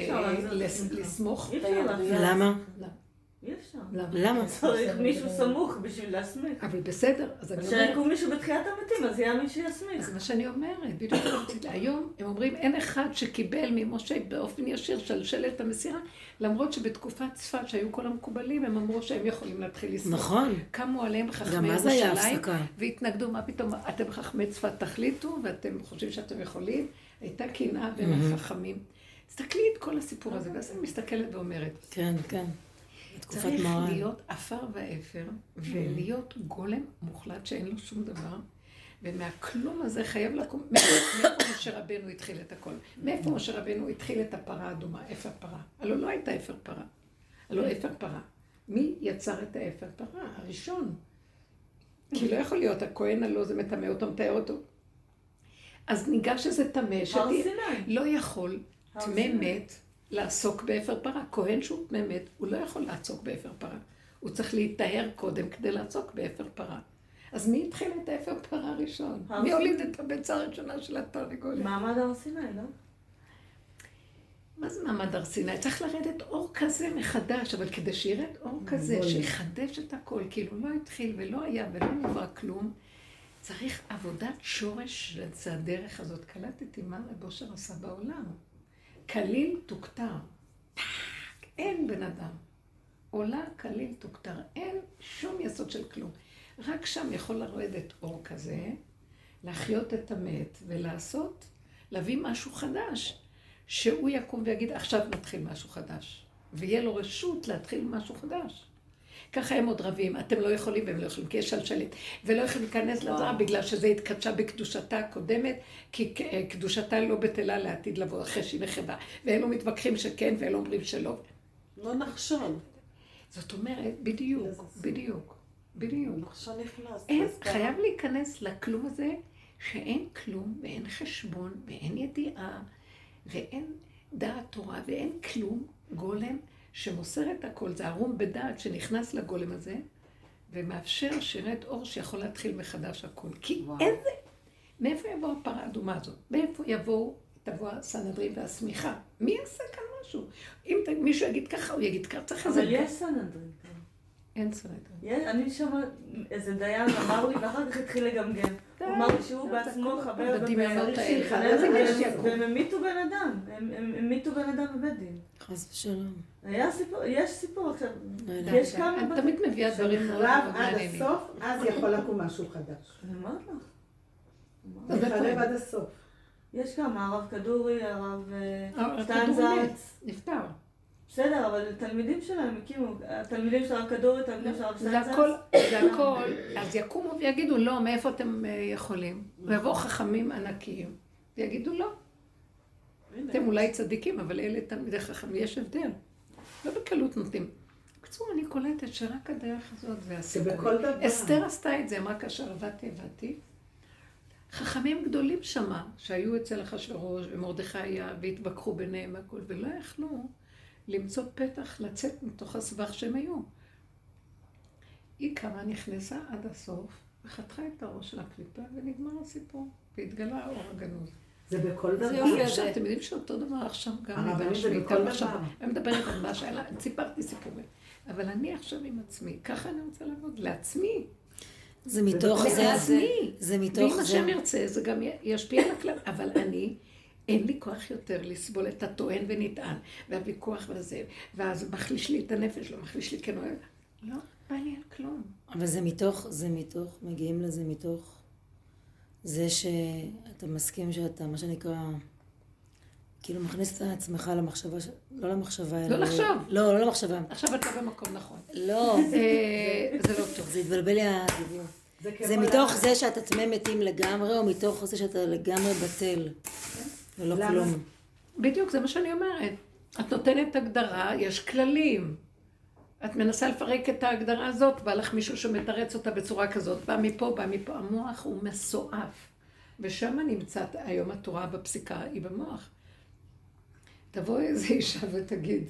לסמוך. למה? אי אפשר. למה? צריך מישהו סמוך בשביל להסמיך. אבל בסדר, אז אני אומרת... כשיקום מישהו בתחיית המתים, אז יהיה מישהו יסמיך. אז מה שאני אומרת, בדיוק היום הם אומרים, אין אחד שקיבל ממשה באופן ישיר שלשלת המסירה, למרות שבתקופת צפת שהיו כל המקובלים, הם אמרו שהם יכולים להתחיל לסמוך. נכון. קמו עליהם חכמי ירושלים, והתנגדו, מה פתאום, אתם חכמי צפת תחליטו, ואתם חושבים שאתם יכולים, הייתה קנאה בין החכמים. תסתכלי את כל הסיפור הזה, ואז אני מסתכלת ואומרת. כן, כן. צריך להיות אפר ואפר, ולהיות גולם מוחלט שאין לו שום דבר, ומהכלום הזה חייב לקום, מאיפה משה רבנו התחיל את הכל? מאיפה משה רבנו התחיל את הפרה האדומה, אפר פרה? הלוא לא הייתה אפר פרה, הלוא אפר פרה. מי יצר את האפר פרה? הראשון. כי לא יכול להיות, הכהן הלא זה מטמא אותו, מתאר אותו. אז ניגש איזה טמא, לא יכול, טמא מת, לעסוק באפר פרה. כהן שהוא באמת, הוא לא יכול לעסוק באפר פרה. הוא צריך להתאר קודם כדי לעסוק באפר פרה. אז מי התחיל את האפר פרה ראשון? מי הוליד את הביצה הראשונה של התרנגולת? מעמד הר סיני, לא? מה זה מעמד הר סיני? צריך לרדת אור כזה מחדש, אבל כדי שירד אור כזה, שיחדש את הכל, כאילו לא התחיל ולא היה ולא נברא כלום, צריך עבודת שורש, זה הדרך הזאת. קלטתי מה רב אושר עשה בעולם. כליל תוקטר. אין בן אדם. עולה כליל תוקטר. אין שום יסוד של כלום. רק שם יכול לרדת אור כזה, להחיות את המת ולעשות, להביא משהו חדש. שהוא יקום ויגיד, עכשיו נתחיל משהו חדש. ויהיה לו רשות להתחיל משהו חדש. ככה הם עוד רבים, אתם לא יכולים והם לא יכולים, כי יש שלשלת. ולא יכולים להיכנס לזרעה בגלל שזה התקדשה בקדושתה הקודמת, כי קדושתה לא בטלה לעתיד לבוא אחרי שהיא נחבה. ואלו מתווכחים שכן ואלו אומרים שלא. לא נחשון. זאת אומרת, בדיוק, בדיוק, בדיוק. נחשון נכנס. אין, חייב להיכנס לכלום הזה, שאין כלום ואין חשבון ואין ידיעה ואין דעת תורה ואין כלום, גולם שמוסר את הכל, זה ערום בדעת שנכנס לגולם הזה ומאפשר שירת אור שיכול להתחיל מחדש הכל. כי וואו. איזה, מאיפה יבוא הפרה האדומה הזאת? מאיפה יבואו, תבוא הסנהדרין והשמיכה? מי יעשה כאן משהו? אם מישהו יגיד ככה, הוא יגיד ככה, צריך איזה... אבל יש סנהדרין. אין סנהדרין. אני שמע, איזה דיין אמר לי, ואחר כך התחיל לגמגם. הוא אמר לי שהוא בעצמו חבר בדמיונות האלה. והם המיתו בן אדם, הם המיתו בן אדם בבית דין. חס ושלום. היה סיפור, יש סיפור עכשיו, יש כמה... אני תמיד מביאה דברים מאוד נחרב עד הסוף, אז יכול לקום משהו חדש. אני אומרת לך. נחרב עד הסוף. יש כמה, הרב כדורי, הרב שטיינזלץ. כדורי נפטר. בסדר, אבל התלמידים שלהם הקימו, התלמידים של הרב כדורי, התלמידים של הרב שטיינזלץ. זה הכל, זה הכל, אז יקומו ויגידו לא, מאיפה אתם יכולים? ויבואו חכמים ענקיים, ויגידו לא. אתם אולי צדיקים, אבל אלה תלמידי חכמים, יש הבדל. לא בקלות נותנים. בקצור, אני קולטת שרק הדרך הזאת זה הסיפור. אסתר עשתה את זה, אמרה כאשר עבדתי, עבדתי. חכמים גדולים שמה, שהיו אצל אחשוורוש ומרדכי היה, והתווכחו ביניהם הכל, ולא יכלו למצוא פתח לצאת מתוך הסבך שהם היו. היא קמה, נכנסה עד הסוף, וחתכה את הראש של הקליפה, ונגמר הסיפור, והתגלה האור הגנוז. זה בכל דבר. זה יופי עכשיו, אתם יודעים שאותו דבר עכשיו גם הרבנים זה בכל דבר. אני מדברת על מה שהיה, סיפרתי סיפורים. אבל אני עכשיו עם עצמי, ככה אני רוצה לעבוד, לעצמי. זה מתוך זה, לעצמי. זה מתוך זה. ואם השם ירצה, זה גם ישפיע על הכלל. אבל אני, אין לי כוח יותר לסבול את הטוען ונטען, והוויכוח וזה, ואז מחליש לי את הנפש, לא מחליש לי כנועל. לא, בא לי על כלום. אבל זה מתוך, זה מתוך, מגיעים לזה מתוך זה שאתה מסכים שאתה, מה שנקרא, כאילו מכניס את עצמך למחשבה, לא למחשבה, לא לחשוב. לא, לא למחשבה. עכשיו אתה במקום נכון. לא. זה לא טוב. זה התבלבל לי הדיבור. זה מתוך זה שאתה תמי מתים לגמרי, או מתוך זה שאתה לגמרי בטל. ולא כלום. בדיוק, זה מה שאני אומרת. את נותנת הגדרה, יש כללים. את מנסה לפרק את ההגדרה הזאת, בא לך מישהו שמתרץ אותה בצורה כזאת, בא מפה, בא מפה. המוח הוא מסועף. ושם נמצאת היום התורה בפסיקה, היא במוח. תבוא איזה אישה ותגיד,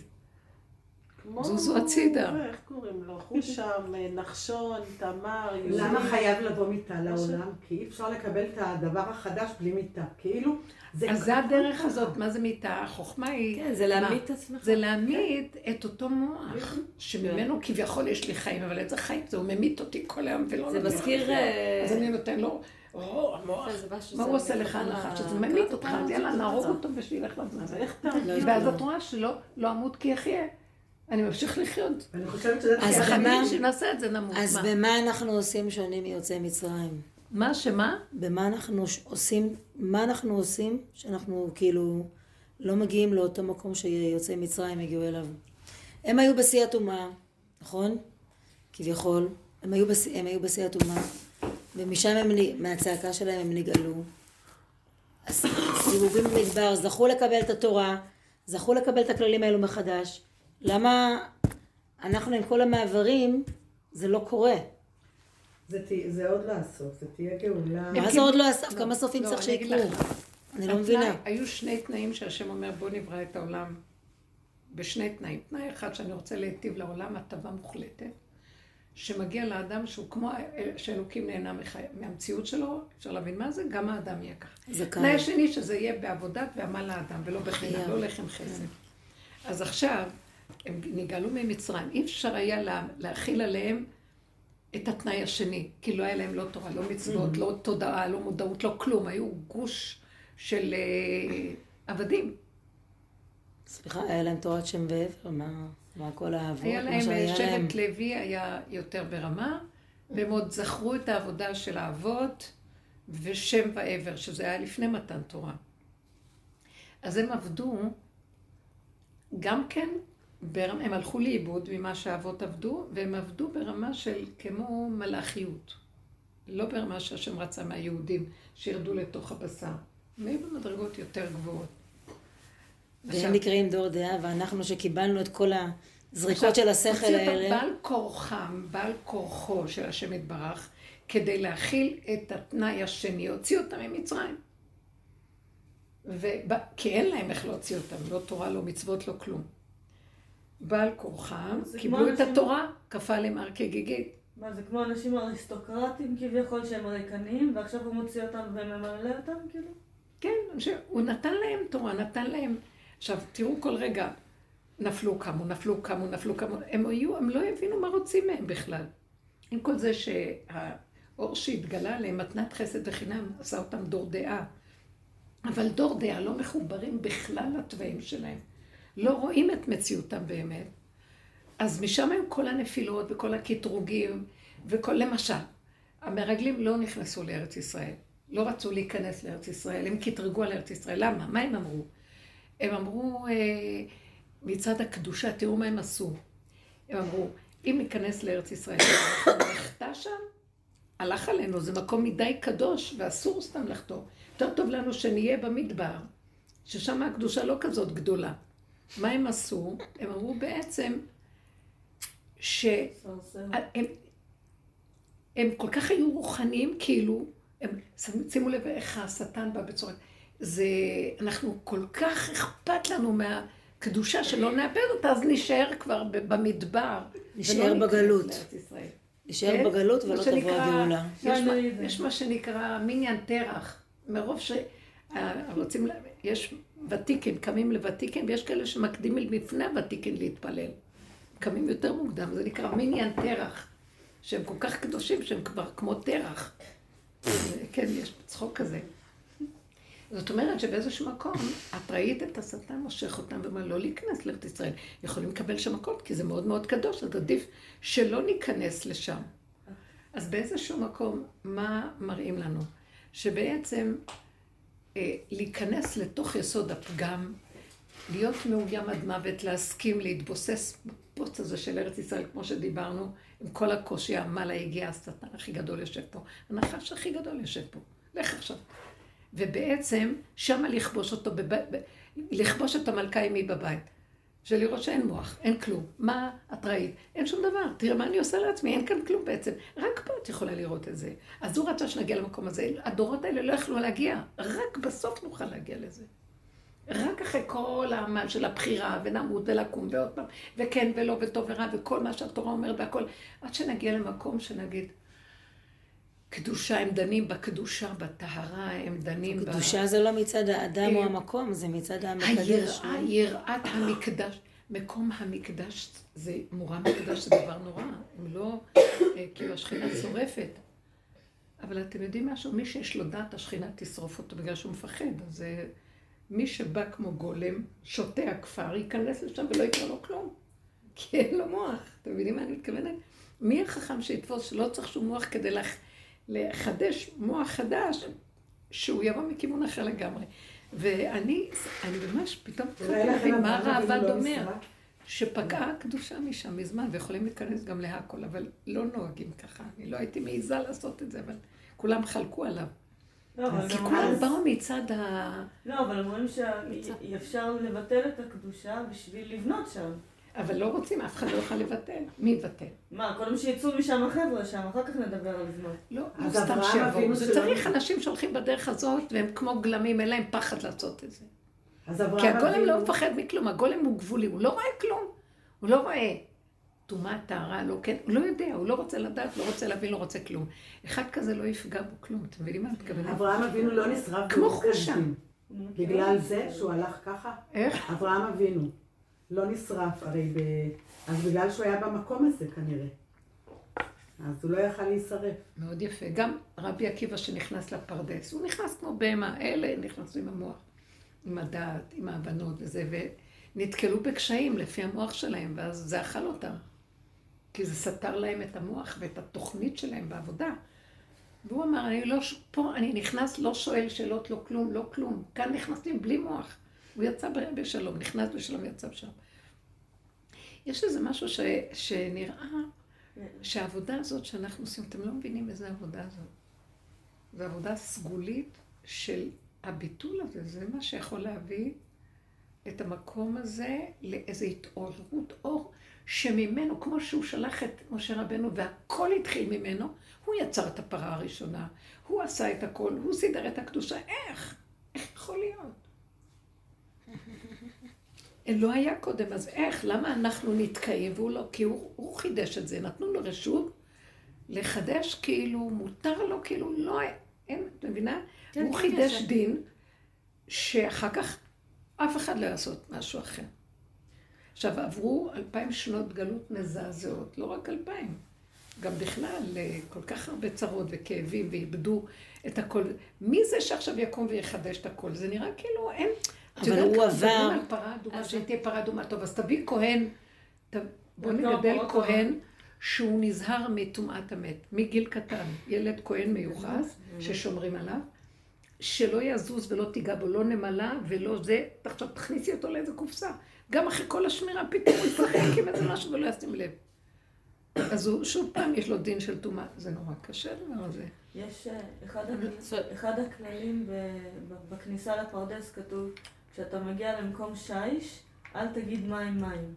זוזו הצידה. איך קוראים לו? חושם, נחשון, תמר, יהודי. למה חייב לבוא מיטה לעולם? כי אי אפשר לקבל את הדבר החדש בלי מיטה. כאילו, זה... אז זה הדרך הזאת, מה זה מיטה? החוכמה היא... כן, זה להעמיד את עצמך. זה להעמיד את אותו מוח, שממנו כביכול יש לי חיים, אבל איזה חיים? זה הוא ממית אותי כל היום ולא... זה מזכיר... אז אני נותן לו... או, המוח, מה הוא עושה לך הנחה? שזה ממית אותך, אז יאללה, נהרוג אותו ושילך לזה. ואז את רואה שלא אמות כי יחיה. אני ממשיך לחיות. אני חושבת שזה... אז החיים שנעשה את זה נמות. אז במה אנחנו עושים שונים מיוצאי מצרים? מה, שמה? במה אנחנו עושים, מה אנחנו עושים שאנחנו כאילו לא מגיעים לאותו מקום שיוצאי מצרים הגיעו אליו? הם היו בשיא הטומאה, נכון? כביכול. הם היו בשיא, הם היו בשיא הטומאה. ומשם הם, מהצעקה שלהם הם נגאלו. סיבובים במדבר, זכו לקבל את התורה, זכו לקבל את הכללים האלו מחדש. למה אנחנו עם כל המעברים, זה לא קורה? זה, זה עוד לא הסוף, זה תהיה גאולה. מה זה עוד לא הסוף? כמה סופים צריך שיקרו? אני לא מבינה. היו שני תנאים שהשם אומר, בוא נברא את העולם בשני תנאים. תנאי אחד שאני רוצה להיטיב לעולם, הטבה מוחלטת. שמגיע לאדם שהוא כמו שאלוקים נהנה מהמציאות שלו, אפשר להבין מה זה, גם האדם יהיה ככה. תנאי השני שזה יהיה בעבודת ועמל לאדם, ולא בחינם, לא לחם חסד. אז עכשיו, הם נגאלו ממצרים, אי אפשר היה להכיל עליהם את התנאי השני, כי לא היה להם לא תורה, לא מצוות, לא תודעה, לא מודעות, לא כלום, היו גוש של עבדים. סליחה, היה להם תורת שם ועבר, מה... מה כל האבות, היה להם, שבט לוי היה יותר ברמה, והם עוד זכרו את העבודה של האבות, ושם ועבר, שזה היה לפני מתן תורה. אז הם עבדו, גם כן, הם הלכו לאיבוד ממה שהאבות עבדו, והם עבדו ברמה של כמו מלאכיות. לא ברמה שהשם רצה מהיהודים שירדו לתוך הבשר. הם היו במדרגות יותר גבוהות. והם נקראים דור דעה, ואנחנו שקיבלנו את כל הזריקות של השכל האלה. בעל כורחם, בעל כורחו של השם יתברך, כדי להכיל את התנאי השני, הוציא אותם ממצרים. כי אין להם איך להוציא אותם, לא תורה, לא מצוות, לא כלום. בעל כורחם, קיבלו את התורה, כפה עליהם הר כגיגית. מה, זה כמו אנשים אריסטוקרטים כביכול שהם ריקניים, ועכשיו הוא מוציא אותם וממלא אותם כאילו? כן, הוא נתן להם תורה, נתן להם... עכשיו, תראו כל רגע, נפלו כמו, נפלו כמו, נפלו כמו, הם היו, הם לא הבינו מה רוצים מהם בכלל. עם כל זה שהאור שהתגלה עליהם, מתנת חסד וחינם, עשה אותם דור דעה. אבל דור דעה לא מחוברים בכלל לטבעים שלהם. לא רואים את מציאותם באמת. אז משם הם כל הנפילות וכל הקטרוגים וכל, למשל, המרגלים לא נכנסו לארץ ישראל. לא רצו להיכנס לארץ ישראל, הם קטרגו על ארץ ישראל. למה? מה הם אמרו? הם אמרו, מצד הקדושה, תראו מה הם עשו. הם אמרו, אם ניכנס לארץ ישראל, אנחנו נחתה שם, הלך עלינו, זה מקום מדי קדוש, ואסור סתם לחתור. יותר טוב לנו שנהיה במדבר, ששם הקדושה לא כזאת גדולה. מה הם עשו? הם אמרו בעצם, שהם הם כל כך היו רוחניים, כאילו, הם שימו לב איך השטן בא בצורה, זה, אנחנו כל כך אכפת לנו מהקדושה שלא נאבד אותה, אז נשאר כבר במדבר. נשאר בגלות. נשאר בגלות ולא תבוא הגאולה. יש מה שנקרא מיניאן תרח, מרוב שרוצים, יש ותיקים, קמים לוותיקים, ויש כאלה שמקדימים לפני הוותיקים להתפלל. קמים יותר מוקדם, זה נקרא מיניאן תרח, שהם כל כך קדושים שהם כבר כמו תרח. כן, יש צחוק כזה. זאת אומרת שבאיזשהו מקום, את ראית את השטן מושך אותם ומה לא להיכנס לארץ ישראל. יכולים לקבל שם מכות, כי זה מאוד מאוד קדוש, אז עדיף שלא ניכנס לשם. אז באיזשהו מקום, מה מראים לנו? שבעצם אה, להיכנס לתוך יסוד הפגם, להיות מאוים עד מוות, להסכים, להתבוסס בפוץ הזה של ארץ ישראל, כמו שדיברנו, עם כל הקושי, המעלה הגיע, השטן הכי גדול יושב פה, הנחש הכי גדול יושב פה. לך עכשיו. ובעצם שמה לכבוש אותו, בב... לכבוש את המלכה אמי בבית. של לראות שאין מוח, אין כלום. מה את ראית? אין שום דבר. תראה מה אני עושה לעצמי, אין כאן כלום בעצם. רק פה את יכולה לראות את זה. אז הוא רצה שנגיע למקום הזה. הדורות האלה לא יכלו להגיע. רק בסוף נוכל להגיע לזה. רק אחרי כל העמל של הבחירה, ונמות ולקום ועוד פעם, וכן ולא וטוב ורע, וכל מה שהתורה אומרת והכל. עד שנגיע למקום שנגיד, קדושה, הם דנים בקדושה, בטהרה, הם דנים... קדושה זה לא מצד האדם או המקום, זה מצד המקדש. היראה, יראת המקדש. מקום המקדש, זה מורה מקדש, זה דבר נורא. הם לא, כאילו השכינה שורפת. אבל אתם יודעים משהו? מי שיש לו דעת, השכינה תשרוף אותו בגלל שהוא מפחד. אז מי שבא כמו גולם, שותה הכפר, ייכנס לשם ולא יקרה לו כלום. כי אין לו מוח. אתם יודעים מה אני מתכוונת? מי החכם שיתפוס שלא צריך שום מוח כדי לך... לחדש מוח חדש, שהוא יבוא מכיוון אחר לגמרי. ואני, אני ממש פתאום מבין מה הרעב"ד אומר, שפגעה הקדושה משם מזמן, ויכולים להיכנס גם להכל, אבל לא נוהגים ככה. אני לא הייתי מעיזה לעשות את זה, אבל כולם חלקו עליו. כי כולם באו מצד ה... לא, אבל אומרים שאפשר לבטל את הקדושה בשביל לבנות שם. אבל לא רוצים, אף אחד לא יוכל לבטל. מי יבטל? מה, קודם שיצאו משם החבר'ה שם, אחר כך נדבר על זמן. לא, לא סתם שיבואו. זה צריך אנשים שהולכים בדרך הזאת, והם כמו גלמים, אין להם פחד לעשות את זה. כי הגולם לא מפחד מכלום, הגולם הוא גבולי, הוא לא רואה כלום. הוא לא רואה טומאה, טהרה, לא כן, הוא לא יודע, הוא לא רוצה לדעת, לא רוצה להבין, לא רוצה כלום. אחד כזה לא יפגע בו כלום, אתם מבינים מה מתכוונת? אברהם אבינו לא נשרף. כמו חושה. בגלל זה שהוא הלך ככה? איך? אברהם אבינו. לא נשרף, הרי ב... אז בגלל שהוא היה במקום הזה כנראה. אז הוא לא יכל להישרף. מאוד יפה. גם רבי עקיבא שנכנס לפרדס, הוא נכנס כמו בהמה, אלה נכנסו עם המוח, עם הדעת, עם ההבנות וזה, ונתקלו בקשיים לפי המוח שלהם, ואז זה אכל אותם. כי זה סתר להם את המוח ואת התוכנית שלהם בעבודה. והוא אמר, אני לא, פה אני נכנס, לא שואל שאלות, לא כלום, לא כלום. כאן נכנסים בלי מוח. הוא יצא בשלום, נכנס בשלום, יצא בשלום. יש איזה משהו ש, שנראה שהעבודה הזאת שאנחנו עושים, אתם לא מבינים איזה עבודה זאת. זו עבודה סגולית של הביטול הזה, זה מה שיכול להביא את המקום הזה לאיזו התעוררות אור, שממנו, כמו שהוא שלח את משה רבנו והכל התחיל ממנו, הוא יצר את הפרה הראשונה, הוא עשה את הכל, הוא סידר את הקדושה, איך? איך יכול להיות? לא היה קודם, אז איך? למה אנחנו נתקעים והוא לא? כי הוא, הוא חידש את זה, נתנו לו רשות לחדש כאילו, מותר לו כאילו, לא, אין, את מבינה? כן, הוא חידש יש. דין שאחר כך אף אחד לא יעשות משהו אחר. עכשיו, עברו אלפיים שנות גלות מזעזעות, לא רק אלפיים, גם בכלל כל כך הרבה צרות וכאבים ואיבדו את הכל. מי זה שעכשיו יקום ויחדש את הכל? זה נראה כאילו אין... אבל הוא עבר... על פרה אדומה, שתהיה פרה אדומה. טוב, אז תביא כהן, בוא נגדל כהן שהוא נזהר מטומאת המת, מגיל קטן, ילד כהן מיוחס ששומרים עליו, שלא יזוז ולא תיגע בו, לא נמלה ולא זה, עכשיו תכניסי אותו לאיזה קופסה. גם אחרי כל השמירה, פתאום הוא ישחק עם איזה משהו ולא ישים לב. אז הוא, שוב פעם, יש לו דין של טומאה. זה נורא קשה דבר הזה. יש אחד, אחד הכללים בכניסה לפרדס כתוב, כשאתה מגיע למקום שיש, אל תגיד מים מים.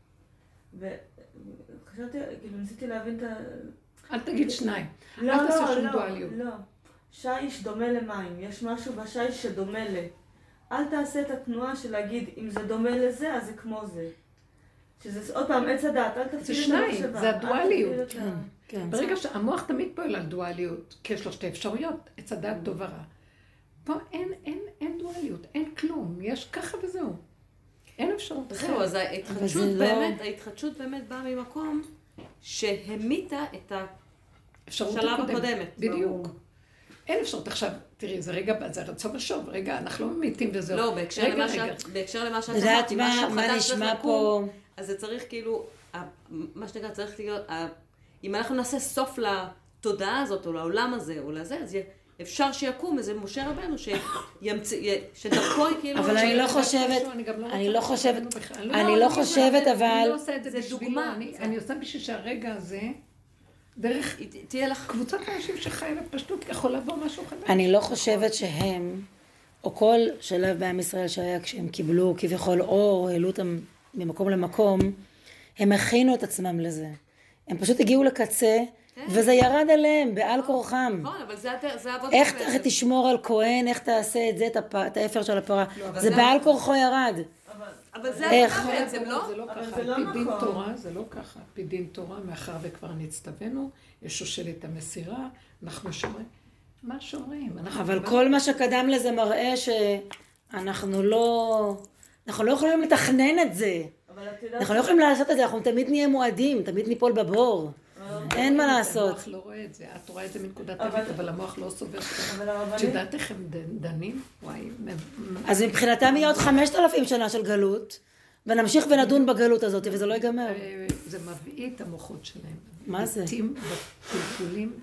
וחשבתי, כאילו ניסיתי להבין את ה... אל תגיד שניים. לא, אל תעשה שום לא, דואליות. לא. שיש דומה למים. יש משהו בשיש שדומה ל... אל תעשה את התנועה של להגיד, אם זה דומה לזה, אז זה כמו זה. שזה עוד פעם עץ הדעת, אל תפעיל את המחשבה. זה שניים, זה הדואליות. כן, כן. ברגע שהמוח תמיד פועל על דואליות, כי יש לו שתי אפשרויות, עץ הדעת טוב ורע. פה אין, אין, אין דואליות, אין כלום, יש ככה וזהו. אין אפשרות אחרת. זהו, אז ההתחדשות באמת, ההתחדשות באמת באה ממקום שהמיתה את השלב הקודמת. בדיוק. אין אפשרות עכשיו, תראי, זה רגע, זה רצון ושוב, רגע, אנחנו לא ממיתים וזהו. לא, בהקשר למה שאת אמרת, אם משהו חדש צריך לקום, אז זה צריך כאילו, מה שנקרא צריך להיות, אם אנחנו נעשה סוף לתודעה הזאת, או לעולם הזה, או לזה, אז אפשר שיקום איזה משה רבנו, שדרכו היא כאילו... אבל אני לא חושבת, אני לא חושבת, אני לא חושבת, אבל... אני לא עושה את זה בשבילו, אני עושה בשביל שהרגע הזה... דרך, תהיה לך קבוצת אנשים שחיים בפשטות, יכול לבוא משהו חדש. אני לא חושבת שהם, או כל שלב בעם ישראל שהיה כשהם קיבלו כביכול אור, העלו אותם ממקום למקום, הם הכינו את עצמם לזה. הם פשוט הגיעו לקצה, וזה ירד עליהם, בעל כורחם. נכון, אבל זה עבוד... איך תשמור על כהן, איך תעשה את זה, את האפר של הפרה. זה בעל כורחו ירד. אבל זה בעצם, לא? זה לא ככה, על פי דין תורה, זה לא ככה. על פי דין תורה, מאחר וכבר נצטווינו, יש שושלת המסירה, אנחנו שומרים. מה שומרים? אבל כל מה שקדם לזה מראה שאנחנו לא... אנחנו לא יכולים לתכנן את זה. אנחנו לא יכולים לעשות את זה, אנחנו תמיד נהיה מועדים, תמיד ניפול בבור. אין מה לעשות. המוח לא רואה את זה, את רואה את זה מנקודת טבעית, אבל המוח לא סובר. את יודעת איך הם דנים? וואי. אז מבחינתם יהיה עוד חמשת אלפים שנה של גלות, ונמשיך ונדון בגלות הזאת, וזה לא ייגמר. זה מביא את המוחות שלהם. מה זה? בתים, בפלפולים,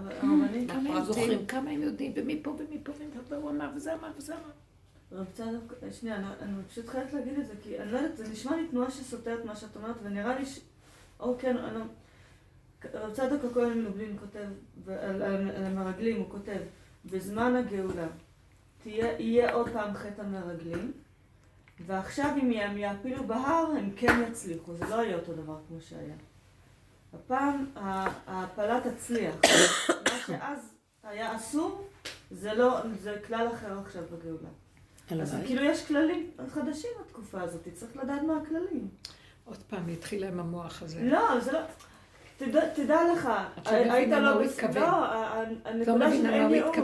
כמה הם זוכרים, כמה הם יודעים, ומפה ומפה, והוא אמר, וזה אמר, וזה אמר. רב צדוק, שנייה, אני פשוט חייבת להגיד את זה, כי אני לא יודעת, זה נשמע לי תנועה שסותרת מה שאת אומרת, ונראה לי ש... או כן, אני לא... רב צדוק הכהן מלובלין כותב, על המרגלים הוא כותב, בזמן הגאולה יהיה עוד פעם חטא המרגלים, ועכשיו אם הם יעפילו בהר הם כן יצליחו, זה לא יהיה אותו דבר כמו שהיה. הפעם ההפלה תצליח, מה שאז היה אסור, זה לא, זה כלל אחר עכשיו בגאולה. אז כאילו יש כללים חדשים בתקופה הזאת, צריך לדעת מה הכללים. עוד פעם, התחילה עם המוח הזה. לא, זה לא... תדע, תדע לך, היית לא בסדר, לא, הנקודה של אין ייאוש.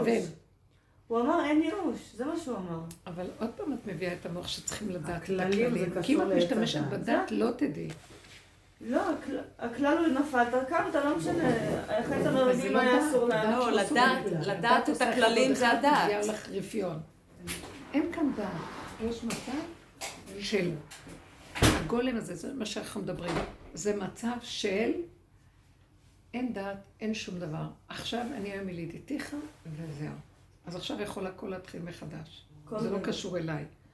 הוא אמר אין ייאוש, זה מה שהוא אמר. אבל עוד פעם את מביאה את המוח שצריכים לדעת את הכללים. כי אם את משתמשת בדת, לא תדעי. לא, הכלל הוא נפלת, כמה אתה לא משנה, אחרי אתה מרגיל מה היה אסור להם. לא, לדעת את הכללים זה הדעת. זה הולך רפיון. אין כאן דעת, יש מצב של הגולם הזה, זה מה שאנחנו מדברים. זה מצב של... אין דעת, אין שום דבר. עכשיו אני היום ילידיתיך, וזהו. אז עכשיו יכול הכל להתחיל מחדש. זה לא קשור אליי.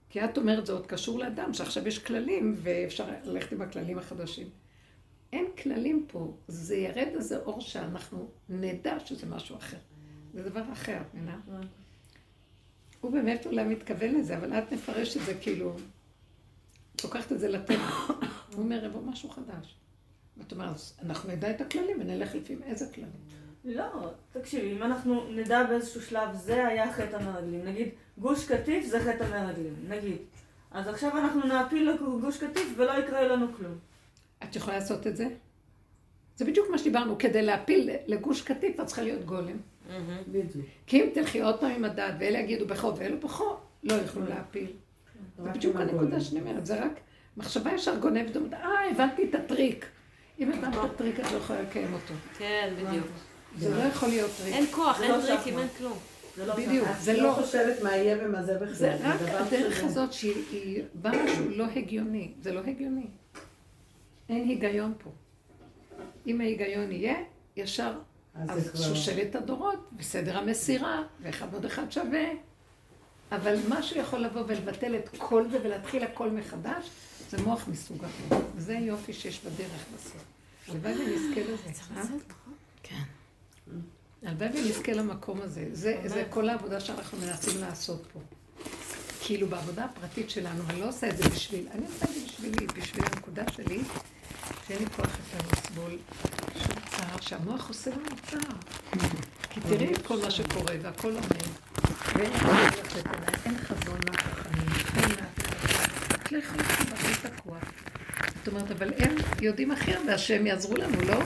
כי את אומרת, זה עוד קשור לאדם, שעכשיו יש כללים, ואפשר ללכת עם הכללים החדשים. אין כללים פה, זה ירד איזה אור שאנחנו נדע שזה משהו אחר. זה דבר אחר, מבינה? הוא באמת אולי מתכוון לזה, אבל את מפרש את זה כאילו, לוקחת את זה לטבע. הוא אומר, יבוא משהו חדש. ואת אומרת, אנחנו נדע את הכללים ונלך לפי איזה כללים. לא, תקשיבי, אם אנחנו נדע באיזשהו שלב, זה היה חטא המרגלים. נגיד, גוש קטיף זה חטא המרגלים, נגיד. אז עכשיו אנחנו נעפיל לגוש קטיף ולא יקרה לנו כלום. את יכולה לעשות את זה? זה בדיוק מה שדיברנו, כדי להפיל לגוש קטיף, את צריכה להיות גולם. בדיוק. כי אם תלכי עוד פעם עם הדעת, ואלה יגידו בכו ואלו בכו, לא יוכלו להפיל. זה בדיוק הנקודה שאני אומרת, זה רק מחשבה ישר גונב דומת, אה, הבנתי את הטריק. אם הבנת את הטריק, את לא יכולה לקיים אותו. כן, בדיוק. זה לא יכול להיות טריק. אין כוח, אין טריקים, אין כלום. בדיוק, זה את לא... לא חושבת מה יהיה ומה זה בכלל. זה רק דבר הדרך שזה- הזאת שהיא באה משהו לא הגיוני. זה לא הגיוני. אין היגיון פה. אם ההיגיון יהיה, ישר, אז זה אז כבר- שושלת הדורות, בסדר המסירה, ואחד עוד אחד שווה. אבל משהו יכול לבוא ולבטל את כל זה ולהתחיל הכל מחדש, זה מוח מסוג אחר. וזה יופי שיש בדרך בסוף. הלוואי ונזכה לזה. אה? כן. הלוואי ונזכה למקום הזה. זה, זה כל העבודה שאנחנו מנסים לעשות פה. כאילו בעבודה הפרטית שלנו, אני לא עושה את זה בשביל, אני עושה את זה בשבילי, בשביל הנקודה שלי, שאין לי כוח יותר לסבול שום צער, שהמוח עושה לנו צער. כי תראי את כל מה שקורה, והכל עומד, ואין חזון לצאת אליי, אין חזון מהחכמים, אין מהחכמים. את לא יכולה לבטל את הכוח. זאת אומרת, אבל הם יודעים הכי הרבה, שהם יעזרו לנו, לא? לא,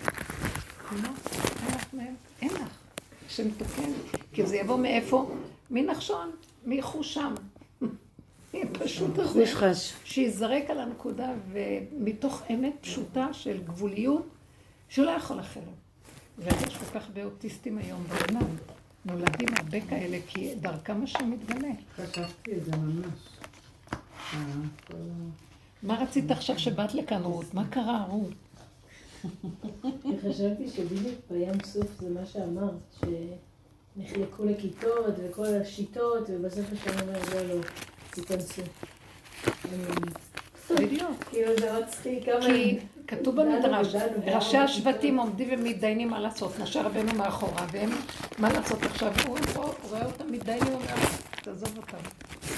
אין לך מהם, אין לך. השם תוקן, כי זה יבוא מאיפה? מנחשון, מחושם. פשוט הזה, חוש חש. שיזרק על הנקודה, ומתוך אמת פשוטה של גבוליות, שהוא לא יכול אחרת. ויש כל כך הרבה אוטיסטים היום בעולם, נולדים הרבה כאלה, כי דרכם השם מתגלה. חשבתי את זה ממש. אה, כל ה- מה רצית עכשיו שבאת לכאן, רות? מה קרה, רות? אני חשבתי שבדיוק בים סוף זה מה שאמרת, שנחלקו לכיתות וכל השיטות, ובסוף השם אומר, לא, לא, תיכנסו. בדיוק. כאילו זה מצחיק כמה... כי כתוב במדרש, דנו ודנו ראשי וארבע השבטים עומדים ומתדיינים מה לעשות, משה רבנו מאחורה, והם, מה לעשות עכשיו? הוא פה, רואה אותם מתדיינים, הוא אומר, תעזוב אותם.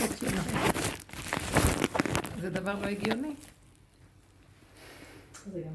זה דבר לא הגיוני. זה גם